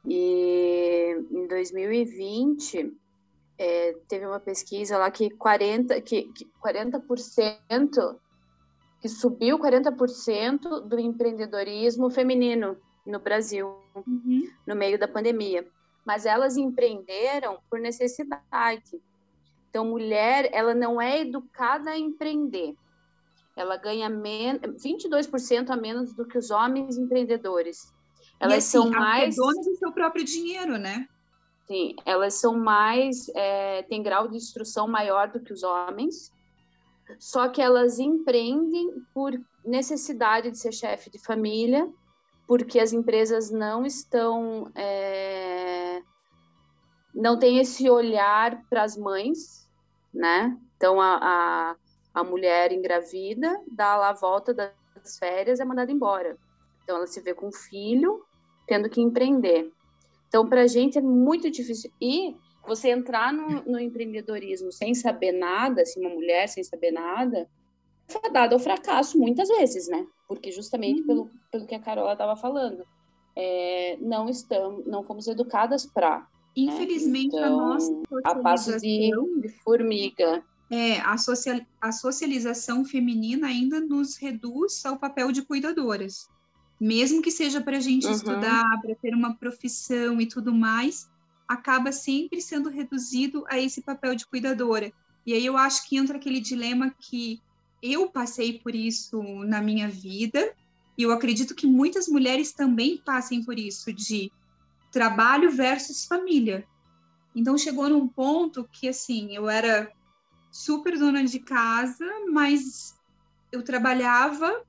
e em dois mil e vinte é, teve uma pesquisa lá que quarenta por cento, que, que quarenta por cento que subiu quarenta por cento do empreendedorismo feminino no Brasil, Uhum. no meio da pandemia. Mas elas empreenderam por necessidade. Então, mulher, ela não é educada a empreender. Ela ganha men- vinte e dois por cento a menos do que os homens empreendedores. Elas e assim, são mais... é dona do seu próprio dinheiro, né? Sim, elas são mais... É, têm grau de instrução maior do que os homens. Só que elas empreendem por necessidade de ser chefe de família, porque as empresas não estão... É, não tem esse olhar para as mães, né? Então, a, a, a mulher engravida, dá lá a volta das férias, é mandada embora. Então, ela se vê com um filho, tendo que empreender. Então, para a gente é muito difícil. E você entrar no, no empreendedorismo sem saber nada, assim, uma mulher sem saber nada, é fadada ao fracasso muitas vezes, né? Porque justamente Uhum. pelo, pelo que a Carola estava falando, é, não, estamos, não fomos educadas para... Infelizmente, então, a nossa a passo de, socialização, de formiga. é, a, social, a socialização feminina ainda nos reduz ao papel de cuidadoras. Mesmo que seja para a gente Uhum. estudar, para ter uma profissão e tudo mais, acaba sempre sendo reduzido a esse papel de cuidadora. E aí eu acho que entra aquele dilema que eu passei por isso na minha vida, e eu acredito que muitas mulheres também passem por isso, de trabalho versus família. Então, chegou num ponto que, assim, eu era super dona de casa, mas eu trabalhava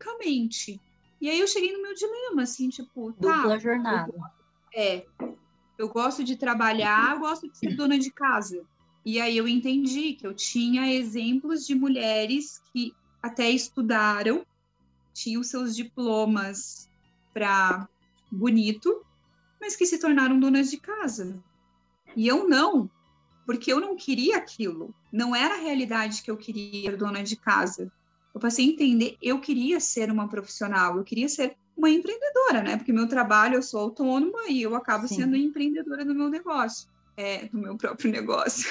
loucamente. E aí eu cheguei no meu dilema, assim, tipo... Dupla tá, jornada. É, Eu gosto de trabalhar, eu gosto de ser dona de casa. E aí eu entendi que eu tinha exemplos de mulheres que até estudaram, tinham seus diplomas para bonito, mas que se tornaram donas de casa. E eu não, porque eu não queria aquilo. Não era a realidade que eu queria ser dona de casa. Eu passei a entender, eu queria ser uma profissional, eu queria ser uma empreendedora, né? Porque meu trabalho, eu sou autônoma e eu acabo Sim. sendo empreendedora no meu negócio, é, no meu próprio negócio.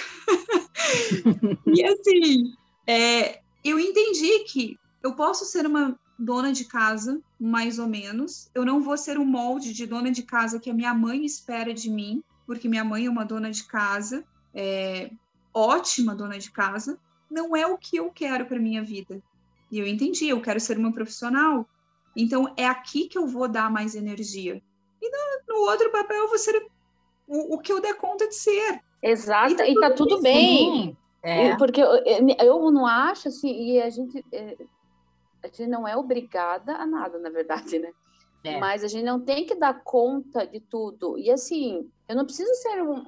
E assim, é, eu entendi que eu posso ser uma dona de casa, mais ou menos. Eu não vou ser o molde de dona de casa que a minha mãe espera de mim, porque minha mãe é uma dona de casa, é, ótima dona de casa. Não é o que eu quero para minha vida. E eu entendi, eu quero ser uma profissional. Então, é aqui que eu vou dar mais energia. E no, no outro papel, eu vou ser o, o que eu der conta de ser. Exato, e tá, e tá tudo, tudo bem. É. Porque eu, eu não acho, assim, e a gente, a gente não é obrigada a nada, na verdade, né? É. Mas a gente não tem que dar conta de tudo. E, assim, eu não preciso ser um,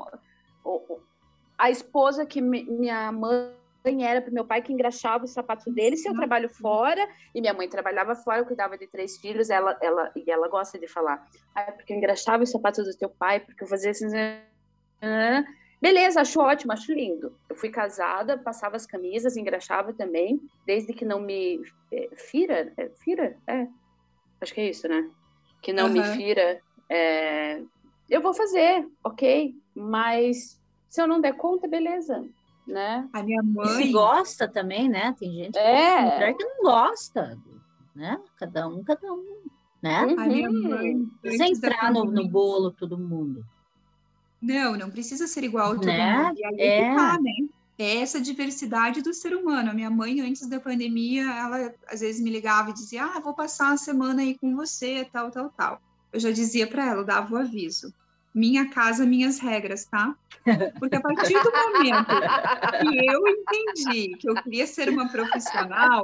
a esposa que minha mãe era para meu pai, que engraxava os sapatos dele. Se eu trabalho fora, e minha mãe trabalhava fora, eu cuidava de três filhos, ela, ela, e ela gosta de falar, ah, é porque eu engraxava os sapatos do teu pai, porque eu fazia assim... Beleza, acho ótimo, acho lindo. Eu fui casada, passava as camisas, engraxava também, desde que não me... Fira? É, fira? É. Acho que é isso, né? Que não uhum. me fira. É... Eu vou fazer, ok. Mas se eu não der conta, beleza. Né? A minha mãe... E se gosta também, né? Tem gente é. que não gosta, né? Cada um, cada um, né? Uhum. A minha mãe... Sem entrar no, no bolo todo mundo. Não, não precisa ser igual a todo né? mundo. E aí é. que tá, né? É essa diversidade do ser humano. A minha mãe, antes da pandemia, ela às vezes me ligava e dizia, ah, vou passar a semana aí com você, tal, tal, tal. Eu já dizia para ela, eu dava o aviso. Minha casa, minhas regras, tá? Porque a partir do momento que eu entendi que eu queria ser uma profissional,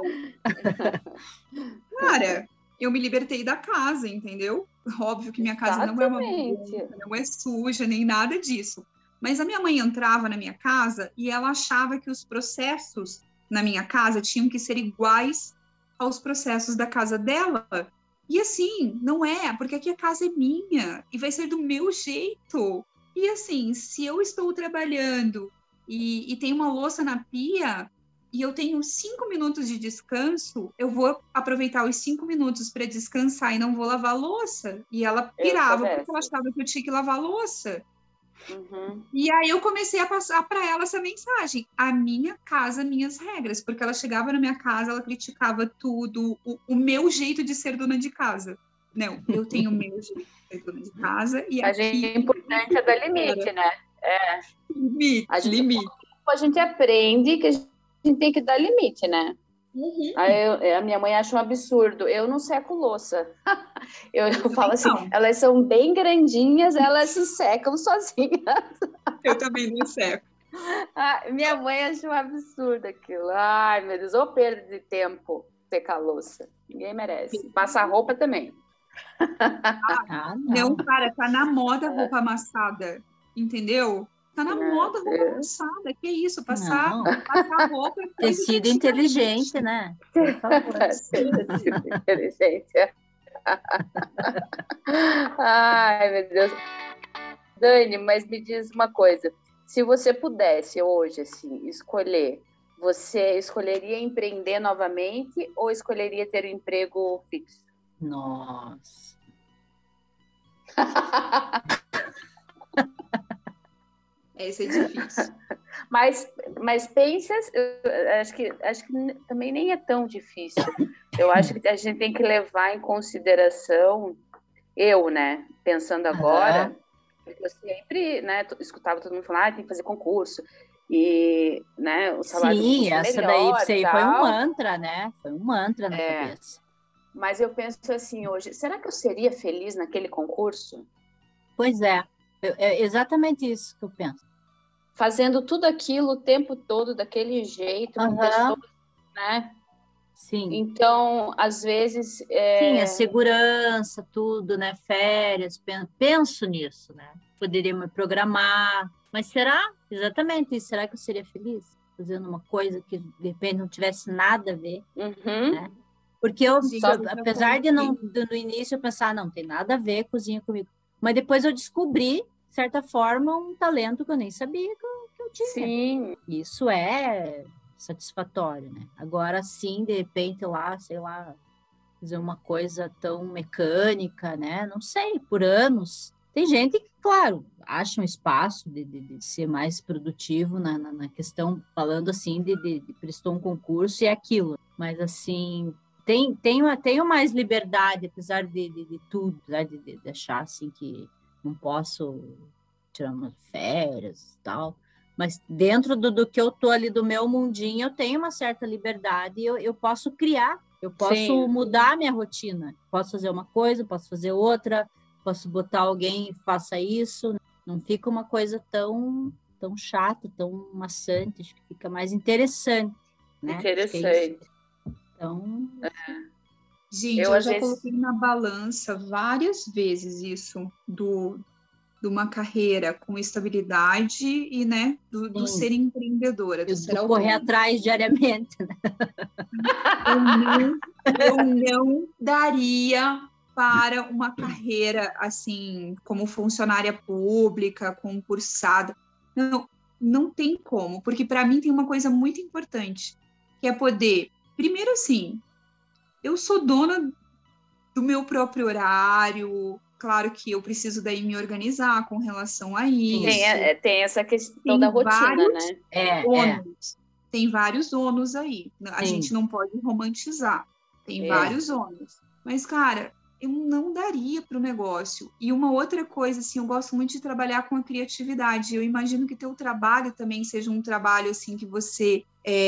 cara, eu me libertei da casa, entendeu? Óbvio que minha casa Exatamente. não é uma bagunça, não é suja, nem nada disso. Mas a minha mãe entrava na minha casa e ela achava que os processos na minha casa tinham que ser iguais aos processos da casa dela. E assim, não é, porque aqui a casa é minha e vai ser do meu jeito. E assim, se eu estou trabalhando e, e tem uma louça na pia e eu tenho cinco minutos de descanso, eu vou aproveitar os cinco minutos para descansar e não vou lavar a louça. E ela pirava porque ela achava que eu tinha que lavar a louça. Uhum. E aí eu comecei a passar para ela essa mensagem, a minha casa, minhas regras, porque ela chegava na minha casa, ela criticava tudo, o, o meu jeito de ser dona de casa. Não, eu tenho o meu jeito de ser dona de casa e a aqui... gente é importante é dar limite, né? É. Limite, a gente, limite. A gente aprende que a gente tem que dar limite, né? Uhum. Aí eu, a minha mãe acha um absurdo. Eu não seco louça. eu, eu falo assim, não. Elas são bem grandinhas, elas se secam sozinhas. Eu também não seco. Ah, minha mãe acha um absurdo aquilo. Ai, meu Deus, ou perda de tempo secar louça. Ninguém merece. Passar roupa também. Ah, não. não, cara, tá na moda roupa amassada. Entendeu? Tá na Meu moda roupa Deus. amassada. Que isso? Passar, passar roupa. Tecido inteligente, né? Por favor. Tecido inteligente. Ai, meu Deus. Dani, mas me diz uma coisa. Se você pudesse hoje, assim, escolher, você escolheria empreender novamente ou escolheria ter um emprego fixo? Nossa. Esse é difícil. Mas, mas pensa, acho que, acho que também nem é tão difícil. Eu acho que a gente tem que levar em consideração, eu, né, pensando agora, uhum. porque eu sempre, né, escutava todo mundo falar, ah, tem que fazer concurso, e, né, o salário Sim, do essa melhor, daí aí tal. foi um mantra, né, foi um mantra na é, cabeça. Mas eu penso assim hoje, será que eu seria feliz naquele concurso? Pois é, é exatamente isso que eu penso. Fazendo tudo aquilo o tempo todo, daquele jeito, uhum. com pessoas, né? Sim. Então, às vezes... É... Sim, a segurança, tudo, né? Férias, penso nisso, né? poderia me programar. Mas será? Exatamente isso. Será que eu seria feliz fazendo uma coisa que, de repente, não tivesse nada a ver? Uhum. Né? Porque eu, Sim, eu eu apesar de coloquei. não, de, no início eu pensar, não, tem nada a ver cozinha comigo. Mas depois eu descobri, de certa forma, um talento que eu nem sabia que eu, que eu tinha. Sim. Isso é satisfatório, né? Agora sim, de repente, lá, sei lá, fazer uma coisa tão mecânica, né? Não sei, por anos. Tem gente que, claro, acha um espaço de, de, de ser mais produtivo na, na, na questão, falando assim, de, de, de prestou um concurso e é aquilo. Mas, assim, tem, tenho, tenho mais liberdade, apesar de, de, de tudo, apesar de, de, de achar, assim, que não posso tirar umas férias e tal. Mas dentro do, do que eu tô ali, do meu mundinho, eu tenho uma certa liberdade e eu, eu posso criar. Eu posso Sim. mudar a minha rotina. Posso fazer uma coisa, posso fazer outra, posso botar alguém e faça isso. Não fica uma coisa tão, tão chata, tão maçante. Acho que fica mais interessante. Né? Interessante. É isso. Então... É. Gente, eu, eu às já vezes... coloquei na balança várias vezes isso do... de uma carreira com estabilidade e, né, do, do ser empreendedora, do eu ser do correr autônoma. atrás diariamente. Né? Eu não, eu não daria para uma carreira, assim, como funcionária pública, concursada. Não, não tem como, porque para mim tem uma coisa muito importante, que é poder, primeiro assim, eu sou dona do meu próprio horário. Claro que eu preciso daí me organizar com relação a isso. Tem, tem essa questão tem da rotina, vários né? É, ônus. É. Tem vários ônus aí. A Sim. gente não pode romantizar. Tem É. vários ônus. Mas, cara, eu não daria para o negócio. E uma outra coisa, assim, eu gosto muito de trabalhar com a criatividade. Eu imagino que teu trabalho também seja um trabalho, assim, que você...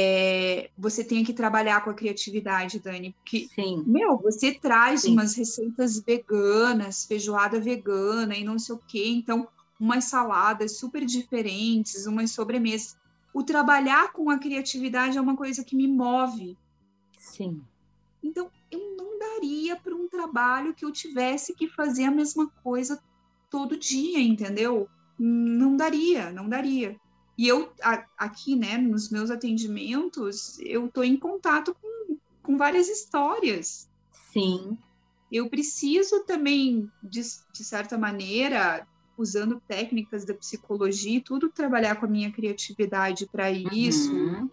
É, você tenha que trabalhar com a criatividade, Dani, porque, Sim. meu, você traz Sim. umas receitas veganas, feijoada vegana e não sei o quê, então, umas saladas super diferentes, umas sobremesas. O trabalhar com a criatividade é uma coisa que me move. Sim. Então, eu não daria para um trabalho que eu tivesse que fazer a mesma coisa todo dia, entendeu? Não daria, não daria. E eu, a, aqui, né, nos meus atendimentos, eu estou em contato com, com várias histórias. Sim. Eu preciso também, de, de certa maneira, usando técnicas da psicologia e tudo, trabalhar com a minha criatividade para isso, Uhum.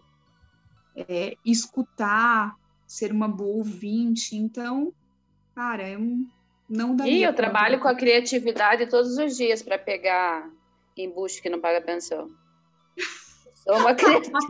é, escutar, ser uma boa ouvinte. Então, cara, eu não daria E eu conta trabalho do... com a criatividade todos os dias para pegar embuste que não paga pensão. Sou uma criativa.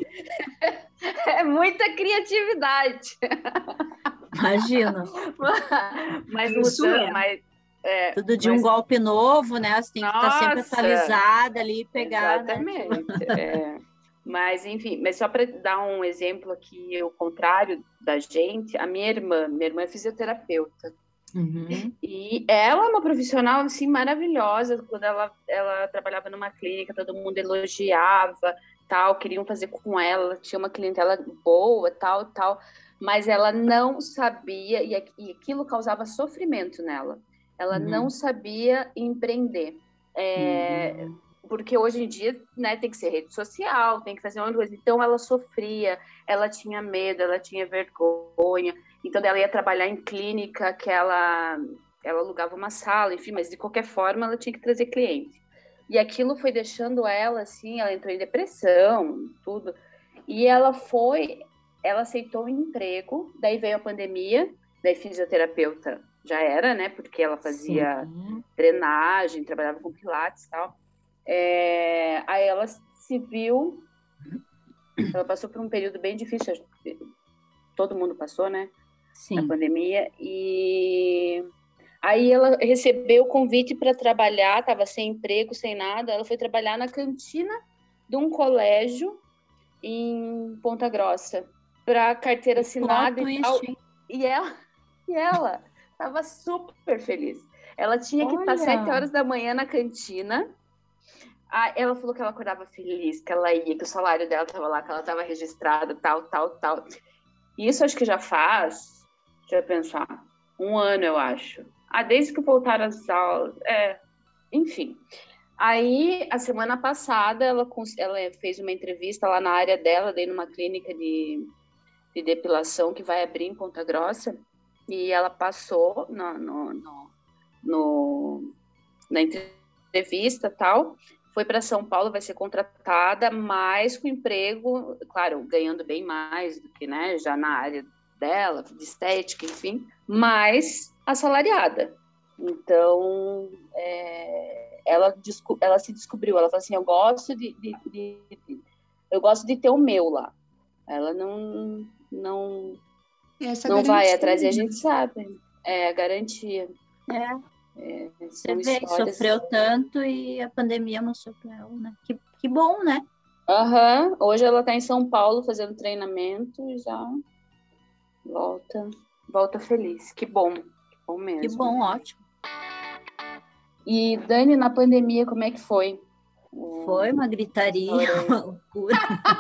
É muita criatividade. Imagina. Mas, Isso Luta, é. mas é, Tudo de mas... um golpe novo, né? Você tem que estar sempre Nossa, atualizada ali e pegar. exatamente. Né? Tipo... É. Mas, enfim, mas só para dar um exemplo aqui, o contrário da gente, a minha irmã, minha irmã é fisioterapeuta. Uhum. E ela é uma profissional, assim, maravilhosa. Quando ela, ela trabalhava numa clínica, todo mundo elogiava, tal, queriam fazer com ela, tinha uma clientela boa, tal, tal, mas ela não sabia, e aquilo causava sofrimento nela. Ela Uhum. não sabia empreender. É, uhum. Porque hoje em dia, né, tem que ser rede social, tem que fazer uma coisa. Então, ela sofria, ela tinha medo, ela tinha vergonha. Então, ela ia trabalhar em clínica, que ela, ela alugava uma sala, enfim, mas de qualquer forma, ela tinha que trazer cliente. E aquilo foi deixando ela, assim, ela entrou em depressão, tudo. E ela foi, ela aceitou um emprego, daí veio a pandemia, daí fisioterapeuta já era, né, porque ela fazia Sim. drenagem, trabalhava com pilates e tal. É, aí ela se viu, ela passou por um período bem difícil, todo mundo passou, né, Sim. na pandemia, e aí ela recebeu o convite para trabalhar, estava sem emprego, sem nada, ela foi trabalhar na cantina de um colégio em Ponta Grossa, para carteira assinada e tal, e ela, e ela estava super feliz. Ela tinha que estar sete horas da manhã na cantina. Ah, ela falou que ela acordava feliz, que ela ia, que o salário dela estava lá, que ela estava registrada, tal, tal, tal. E isso acho que já faz, deixa eu pensar, um ano, eu acho. Ah, desde que voltaram as aulas, é, enfim. Aí, a semana passada, ela, ela fez uma entrevista lá na área dela, daí numa clínica de, de depilação que vai abrir em Ponta Grossa, e ela passou no, no, no, no, na entrevista e tal, foi para São Paulo, vai ser contratada, mas com emprego, claro, ganhando bem mais do que, né, já na área dela, de estética, enfim, mas assalariada. Então, é, ela, ela se descobriu, ela falou assim, eu gosto de, de, de, de eu gosto de ter o meu lá. Ela não, não, Essa não vai garantia, atrás, e a né? gente sabe, é a garantia. É, É, você são vê, histórias... sofreu tanto e a pandemia mostrou pra ela, né? Que, que bom, né? Aham, hoje ela está em São Paulo fazendo treinamento e já volta, volta feliz. Que bom, que bom mesmo. Que bom, ótimo. E Dani, na pandemia, como é que foi? Foi uma gritaria, uma loucura.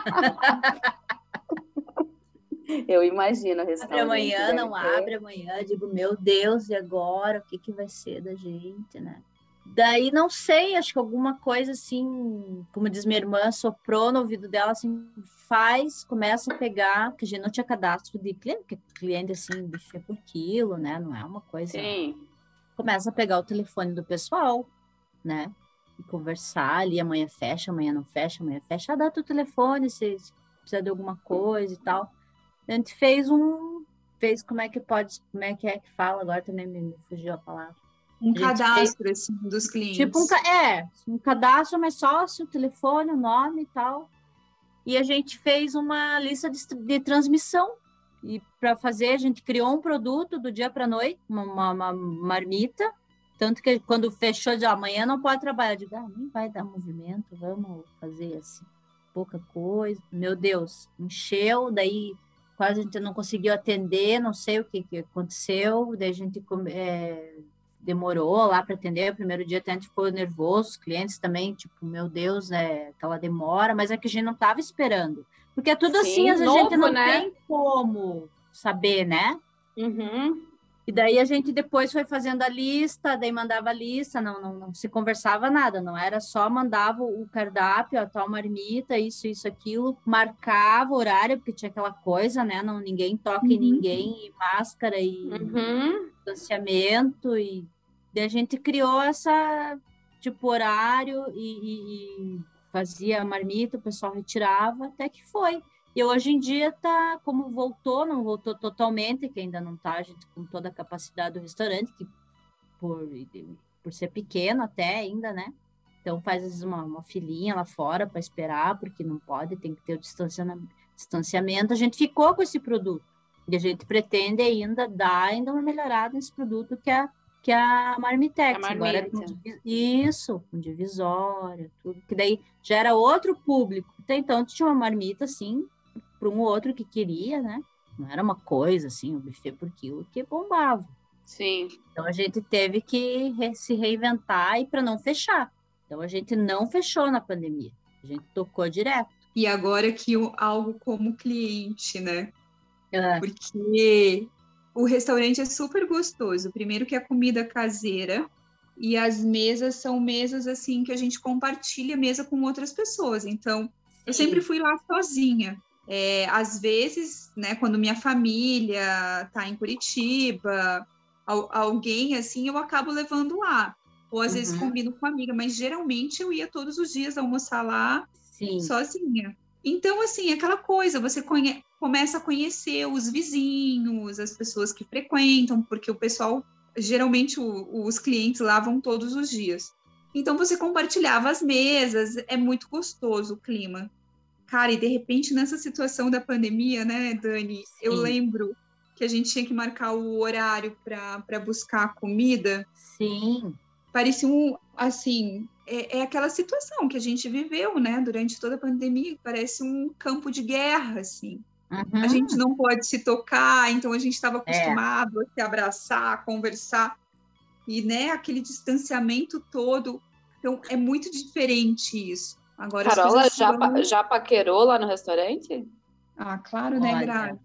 Eu imagino o Abre restaurante. amanhã, deve não ter. abre amanhã. Digo, meu Deus, e agora? O que, que vai ser da gente, né? Daí, não sei, acho que alguma coisa assim, como diz minha irmã, soprou no ouvido dela, assim, faz, começa a pegar, porque a gente não tinha cadastro de cliente, porque cliente, assim, buffet por quilo, né? Não é uma coisa... Sim. Começa a pegar o telefone do pessoal, né? E conversar ali, amanhã fecha, amanhã não fecha, amanhã fecha. Ah, dá teu telefone se precisa de alguma coisa e tal. A gente fez um... Fez como é que pode... Como é que é que fala? Agora também me, me fugiu a palavra. Um A gente cadastro assim, dos clientes. Tipo um... ca- É, um cadastro, mas sócio, o telefone, o nome e tal. E a gente fez uma lista de, de transmissão. E para fazer, a gente criou um produto do dia para a noite, uma, uma, uma marmita. Tanto que quando fechou, de amanhã não pode trabalhar. Eu digo, ah, nem vai dar movimento, vamos fazer assim, pouca coisa. Meu Deus, encheu, daí quase a gente não conseguiu atender, não sei o que, que aconteceu. Daí a gente é, demorou lá para atender. O primeiro dia até a gente ficou nervoso, os clientes também, tipo, meu Deus, é aquela demora, mas é que a gente não estava esperando. Porque é tudo Sim, assim, às vezes a gente novo, não né? tem como saber, né? Uhum. E daí a gente depois foi fazendo a lista, daí mandava a lista, não, não, não se conversava nada, não era só mandava o cardápio, a tal marmita, isso, isso, aquilo, marcava o horário, porque tinha aquela coisa, né? Não, ninguém toca em Uhum. ninguém, e máscara e Uhum. distanciamento, e daí a gente criou essa, tipo, horário e, e, e fazia a marmita, o pessoal retirava, até que foi. E hoje em dia tá, como voltou, não voltou totalmente, que ainda não tá, a gente com toda a capacidade do restaurante, que por, por ser pequeno até ainda, né? Então faz às vezes uma, uma filinha lá fora para esperar, porque não pode, tem que ter o distanciamento, distanciamento. A gente ficou com esse produto. E a gente pretende ainda dar ainda uma melhorada nesse produto que é, que é a Marmitex. A Agora marmita. com divi- isso, com divisória, tudo. Que daí já era outro público. Até então tinha uma marmita, assim, para um ou outro que queria, né? Não era uma coisa assim, um buffet por quilo que bombava. Sim. Então a gente teve que re- se reinventar e para não fechar. Então a gente não fechou na pandemia, a gente tocou direto. E agora que o, algo como cliente, né? É. Porque o restaurante é super gostoso. Primeiro que a comida caseira e as mesas são mesas assim que a gente compartilha a mesa com outras pessoas. Então, eu Sim. sempre fui lá sozinha. É, às vezes, né, quando minha família tá em Curitiba, al- alguém assim, eu acabo levando lá. Ou às vezes Uhum. combino com a amiga, mas geralmente eu ia todos os dias almoçar lá Sim. sozinha. Então, assim, aquela coisa, você conhe- começa a conhecer os vizinhos, as pessoas que frequentam, porque o pessoal, geralmente o- os clientes lá vão todos os dias. Então, você compartilhava as mesas, é muito gostoso o clima. Cara, e de repente, nessa situação da pandemia, né, Dani, eu Sim. lembro que a gente tinha que marcar o horário para buscar comida. Sim. Parecia um, assim, é, é aquela situação que a gente viveu, né, durante toda a pandemia, parece um campo de guerra, assim. Uhum. A gente não pode se tocar, então a gente estava É. acostumado a se abraçar, a conversar, e, né, aquele distanciamento todo. Então, é muito diferente isso. Agora as Carola coisas já, foram... pa- já paquerou lá no restaurante? Ah, claro, né, Olha. Grazi?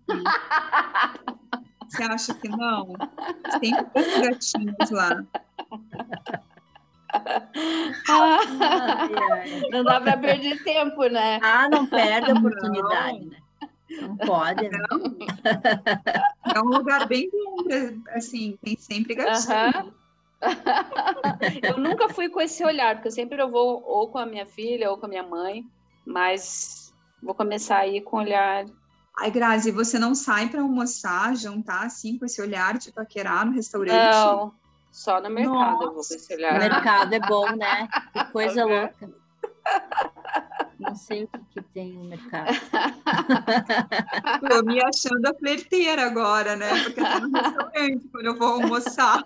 Você acha que não? Sempre tem gatinhos lá. Ai, ai. Não dá para perder tempo, né? Ah, não perde a oportunidade, né? Não pode, né? É um lugar bem bom, pra- assim, tem sempre gatinho. Aham. Eu nunca fui com esse olhar, porque sempre eu vou ou com a minha filha ou com a minha mãe, mas vou começar aí com o olhar. Ai, Grazi, você não sai para almoçar, jantar, assim, com esse olhar de paquerar no restaurante? Não, só no mercado eu vou com esse O olhar. mercado é bom, né? Que coisa Aham. louca. Não sei o que, que tem no mercado. Tô me achando a flerteira agora, né? Porque eu tô no restaurante quando eu vou almoçar.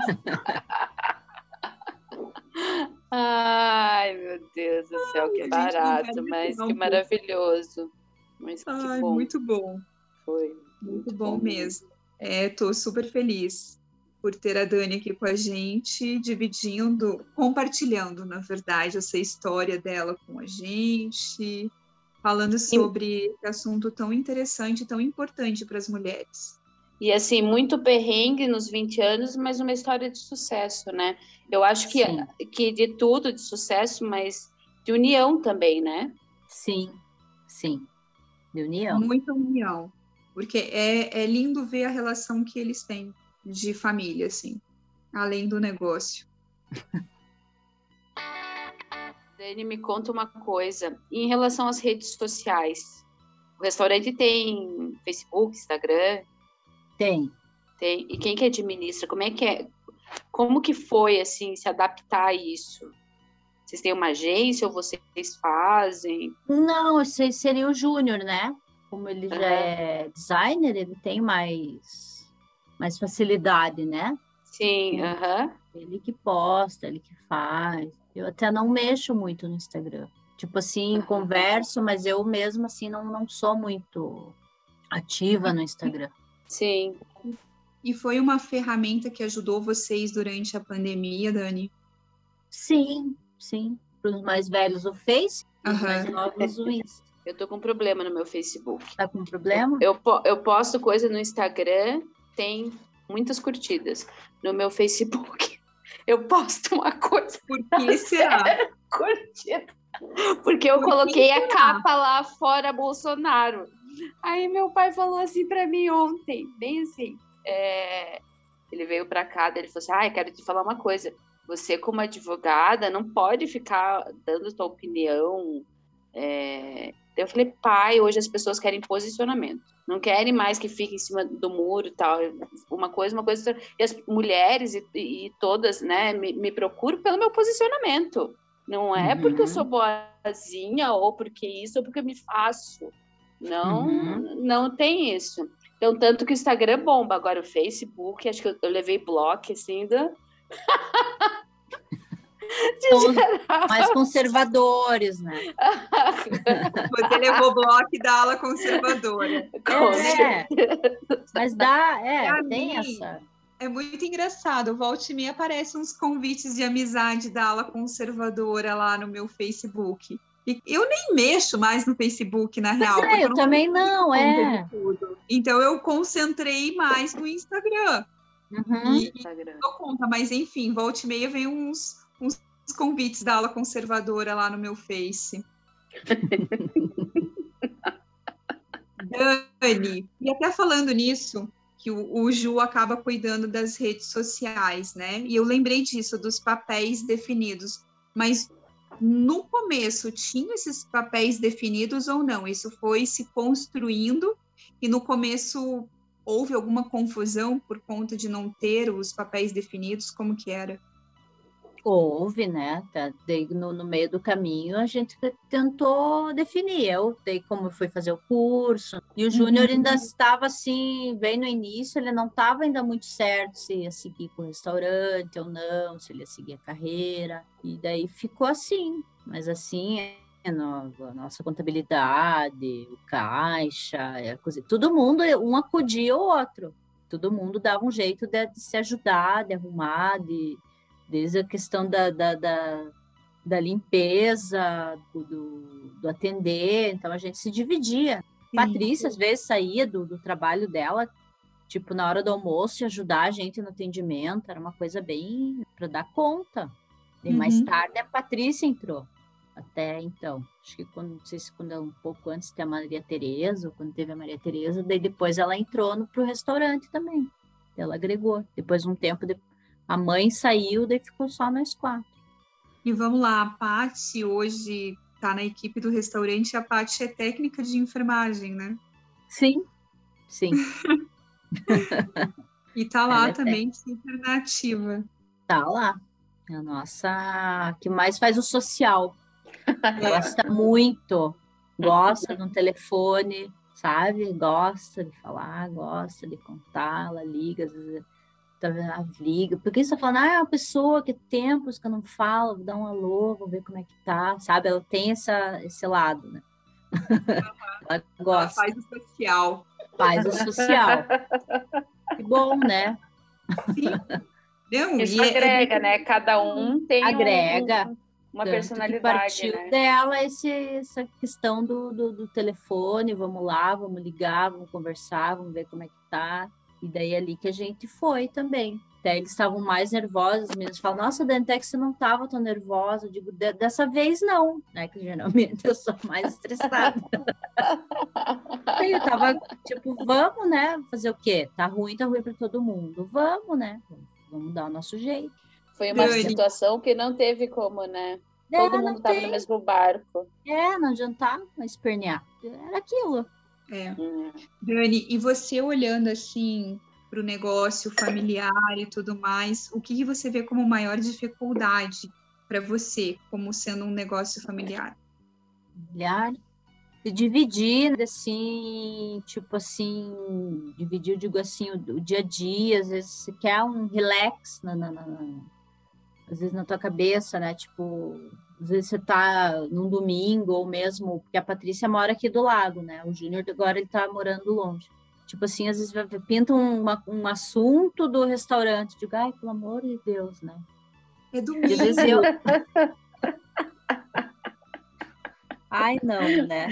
Ai, meu Deus do céu, Ai, a que gente barato, não vai mas levar que um pouco. maravilhoso. Mas que Ai, bom muito bom. foi. Muito bom mesmo. É, tô super feliz por ter a Dani aqui com a gente, dividindo, compartilhando, na verdade, essa história dela com a gente, falando sobre esse assunto tão interessante, tão importante para as mulheres. E assim, muito perrengue nos vinte anos, mas uma história de sucesso, né? Eu acho que, Sim. que de tudo de sucesso, mas de união também, né? Sim, sim. De união. Muita união, porque é, é lindo ver a relação que eles têm de família, assim, além do negócio. Dani, me conta uma coisa. Em relação às redes sociais, o restaurante tem Facebook, Instagram? Tem. Tem. E quem que administra? Como é que é? Como que foi, assim, se adaptar a isso? Vocês têm uma agência ou vocês fazem? Não, esse seria o Júnior, né? Como ele já Aham. é designer, ele tem mais, mais facilidade, né? Sim, aham. Ele que posta, ele que faz. Eu até não mexo muito no Instagram. Tipo assim, converso, mas eu mesmo assim não, não sou muito ativa no Instagram. Sim. E foi uma ferramenta que ajudou vocês durante a pandemia, Dani? Sim, sim. Para os mais velhos o Face, para os Aham. mais novos o Insta. Eu tô com problema no meu Facebook. Tá com problema? Eu, po- eu posto coisa no Instagram, tem muitas curtidas. No meu Facebook, eu posto uma coisa Por que será? curtida. Porque eu Por que coloquei a será? capa lá fora Bolsonaro. Aí meu pai falou assim pra mim ontem, bem assim, é, ele veio pra cá, daí ele falou assim, ah, eu quero te falar uma coisa, você como advogada não pode ficar dando tua opinião. É... Eu falei, pai, hoje as pessoas querem posicionamento, não querem mais que fique em cima do muro e tal, uma coisa, uma coisa, e as mulheres e, e todas, né, me, me procuram pelo meu posicionamento, não é Uhum. porque eu sou boazinha, ou porque isso, ou porque eu me faço, não, Uhum. não tem isso. Então, tanto que o Instagram bomba, agora o Facebook, acho que eu, eu levei bloco, assim, da... São os mais conservadores, né? Você levou bloco da ala conservadora. Com É, mas dá, é, Pra tem mim, essa. É muito engraçado. Volta e meia aparecem uns convites de amizade da ala conservadora lá no meu Facebook. E eu nem mexo mais no Facebook, na real. Pois porque é, eu não também consigo não, dar conta é. de tudo. Então eu concentrei mais no Instagram. Uhum. E, e dou conta, mas enfim, volta e meia vem uns, uns convites da ala conservadora lá no meu Face. Dani, e até falando nisso, que o, o Ju acaba cuidando das redes sociais, né? E eu lembrei disso, dos papéis definidos. Mas no começo, tinha esses papéis definidos ou não? Isso foi se construindo e no começo houve alguma confusão por conta de não ter os papéis definidos? Como que era? Houve, né? Tá, daí no, no meio do caminho a gente tentou definir. Eu dei como fui fazer o curso, e o Júnior ainda estava assim, bem no início, ele não estava ainda muito certo se ia seguir com o restaurante ou não, se ele ia seguir a carreira, e daí ficou assim, mas assim, é, no, a nossa contabilidade, o caixa, a coisa, todo mundo, um acudia o outro, todo mundo dava um jeito de, de se ajudar, de arrumar, de desde a questão da, da, da, da limpeza, do, do atender, então a gente se dividia. Sim. Patrícia, às vezes, saía do, do trabalho dela, tipo, na hora do almoço, e ajudar a gente no atendimento, era uma coisa bem para dar conta. E mais Uhum. tarde a Patrícia entrou. Até então, acho que quando, não sei se quando é um pouco antes tem a Maria Tereza, ou quando teve a Maria Tereza, daí depois ela entrou no, pro restaurante também. Ela agregou. Depois um tempo, de, a mãe saiu, daí ficou só nós quatro. E vamos lá, a Paty hoje está na equipe do restaurante, a Paty é técnica de enfermagem, né? Sim, sim. E tá lá Ela é também, super na ativa. Tá lá. É a nossa que mais faz o social. Gosta muito, gosta no telefone, sabe? Gosta de falar, gosta de contar, ela liga, às vezes tá vendo, ela liga. Porque você tá falando, ah, é uma pessoa que tempos que eu não falo, vou dar um alô, vou ver como é que tá, sabe? Ela tem essa, esse lado, né? Ela gosta, Ela faz o social. faz o social. Que bom, né? Sim. Não, Isso e é- é agrega, muito- né? Cada um tem um- Agrega. um- uma Tanto que personalidade, partiu né? dela esse, essa questão do, do, do telefone, vamos lá, vamos ligar, vamos conversar, vamos ver como é que tá. E daí é ali que a gente foi também. Até eles estavam mais nervosos, as meninas falam, nossa, Dante, você não estava tão nervosa. Eu digo, dessa vez não, né? Que geralmente eu sou mais estressada. Aí eu tava, tipo, vamos, né? Fazer o quê? Tá ruim, tá ruim para todo mundo. Vamos, né? Vamos dar o nosso jeito. Foi uma Dani. situação que não teve como, né? É, Todo não mundo estava tem. no mesmo barco. É, não adiantava espernear. Era aquilo. É. Hum. Dani, e você olhando assim para o negócio familiar e tudo mais, o que que você vê como maior dificuldade para você, como sendo um negócio familiar? Olhar, se dividir, assim, tipo assim, dividir, eu digo assim, o, o dia a dia, às vezes você quer um relax, na, na, na, na- às vezes na tua cabeça, né, tipo, às vezes você tá num domingo, ou mesmo, porque a Patrícia mora aqui do lado, né, o Júnior agora ele tá morando longe. Tipo assim, às vezes vai- pinta um, uma- um assunto do restaurante, digo, ai, pelo amor de Deus, né. É E às domingo. vezes eu... Ai, não, né.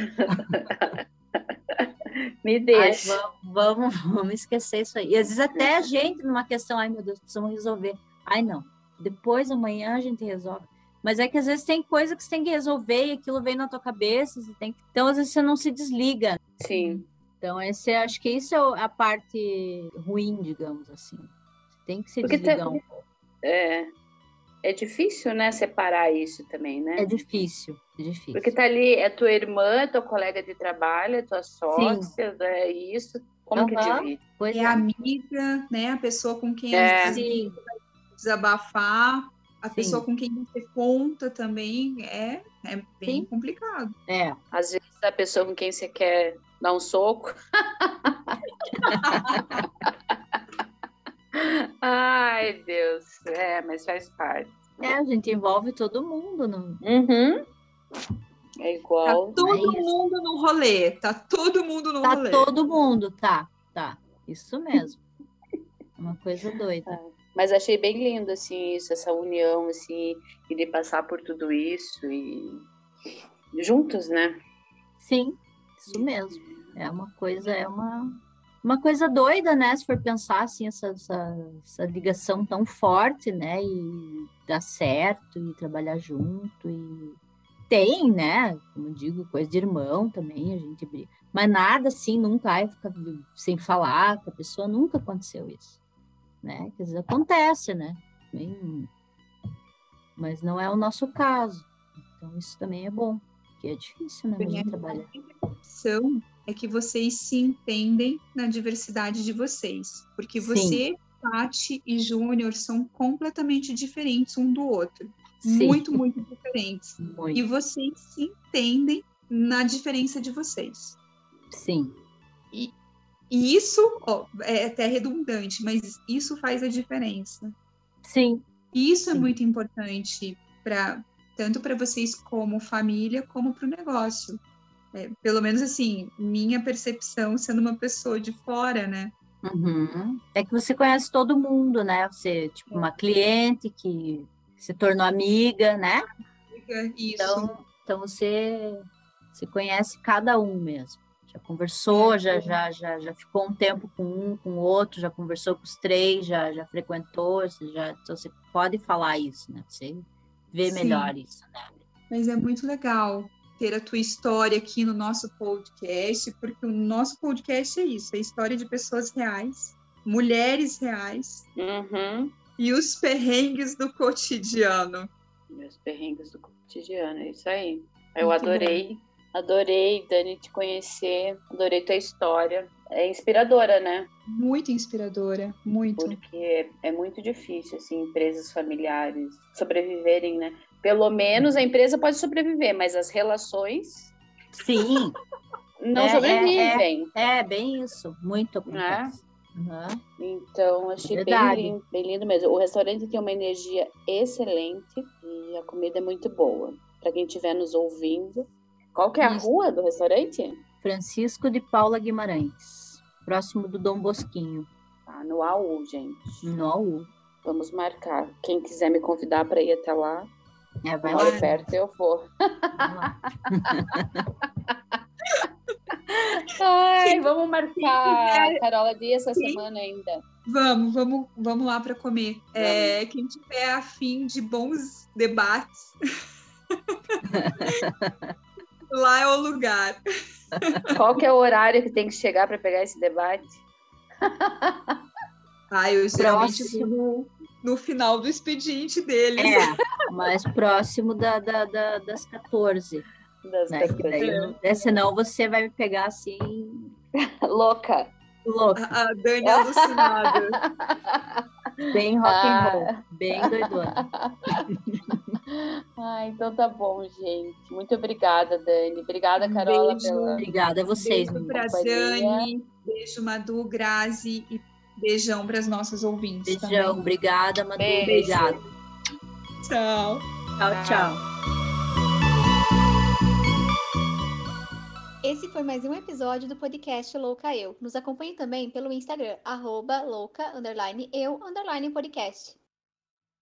Me Ai, deixa. vamos, vamos, vamos esquecer isso aí. E às vezes até a gente, numa questão, ai meu Deus, precisamos resolver. Ai, não. Depois, amanhã, a gente resolve. Mas é que às vezes tem coisa que você tem que resolver e aquilo vem na tua cabeça. Você tem que... Então, às vezes, você não se desliga. Sim. Então, esse, acho que isso é a parte ruim, digamos assim. Você tem que se Porque desligar tem- um pouco. É, é difícil, né, separar isso também, né? É difícil, é difícil. Porque tá ali, é tua irmã, é tua colega de trabalho, é tua sócia, é isso. Como que Aham. divide? Pois É é. a amiga, né? A pessoa com quem É. às vezes Sim, desabafar, a Sim. pessoa com quem você conta também é, é bem Sim. complicado. é. Às vezes a pessoa com quem você quer dar um soco. Ai, Deus. É, mas faz parte. É, a gente envolve todo mundo. No... Uhum. É Tá igual. todo é isso. mundo no rolê, tá todo mundo no Tá rolê. todo mundo, tá, tá. Isso mesmo. Uma coisa doida. Mas achei bem lindo, assim, isso, essa união, assim, e de passar por tudo isso e juntos, né? Sim, isso mesmo. É uma coisa, é uma, uma coisa doida, né? Se for pensar assim, essa, essa, essa ligação tão forte, né? E dar certo e trabalhar junto e tem, né? Como eu digo, coisa de irmão também, a gente briga. Mas nada assim, nunca ai, fica sem falar com a pessoa, nunca aconteceu isso, né? Quer dizer, acontece, né? Bem, mas não é o nosso caso. Então isso também é bom, porque é difícil, né? Bem, Imagina a trabalhar. opção é que vocês se entendem na diversidade de vocês. Porque Sim. você, Paty e Júnior são completamente diferentes um do outro. Sim. Muito, muito diferentes. Muito. E vocês se entendem na diferença de vocês. Sim, E isso, ó, é até redundante, mas isso faz a diferença. sim, E isso é Sim. muito importante para tanto para vocês como família, como para o negócio. É, pelo menos assim, minha percepção sendo uma pessoa de fora, né? uhum. É que você conhece todo mundo, né? Você, tipo, uma cliente que se tornou amiga, né? Isso. Então, então você, você conhece cada um mesmo. Já conversou, já, já, já, já ficou um tempo com um, com o outro, já conversou com os três, já, já frequentou, você já, então você pode falar isso, né? Você ver Sim. melhor isso, né? Mas é muito legal ter a tua história aqui no nosso podcast, porque o nosso podcast é isso, é a história de pessoas reais, mulheres reais Uhum. e os perrengues do cotidiano. Meus perrengues do cotidiano, é isso aí. Eu Muito adorei, adorei, Dani, te conhecer, adorei tua história. É inspiradora, né? Muito inspiradora, muito. Porque é, é muito difícil, assim, empresas familiares sobreviverem, né? Pelo menos a empresa pode sobreviver, mas as relações Sim, não É, sobrevivem. é bem isso. Muito acontece. Uhum. Então, achei bem Verdade. lindo, bem lindo mesmo. O restaurante tem uma energia excelente e a comida é muito boa. Para quem estiver nos ouvindo. Qual que é a Isso. rua do restaurante? Francisco de Paula Guimarães, próximo do Dom Bosquinho, Ah, no A U, gente. no A U. Vamos marcar. Quem quiser me convidar para ir até lá, É, vai moro lá. perto, eu vou. Vai lá. Ai, vamos marcar, quiser- Carola, dia essa Sim. semana ainda. Vamos, vamos, vamos lá para comer. É, quem tiver afim de bons debates, lá é o lugar. Qual que é o horário que tem que chegar para pegar esse debate? Ah, eu geralmente Próximo. vou no, no final do expediente deles. É, mais próximo da, da- da- das quatorze. Das Né? Que daí eu não- é, senão você vai me pegar assim, Louca. louco, A, a Dani alucinada. bem rock and Ah. roll, bem doidona. Ah, então tá bom, gente. Muito obrigada, Dani. Obrigada, Carola, Beijo. pela. Obrigada a vocês, Beijo para meninas. Dani, beijo Madu, Grazi e beijão para as nossas ouvintes Beijão, também. obrigada, Madu, Beijo. obrigada. Tchau. Tchau, tchau. Esse foi mais um episódio do podcast Louca Eu. Nos acompanhe também pelo Instagram, arroba louca, underline, eu, underline podcast.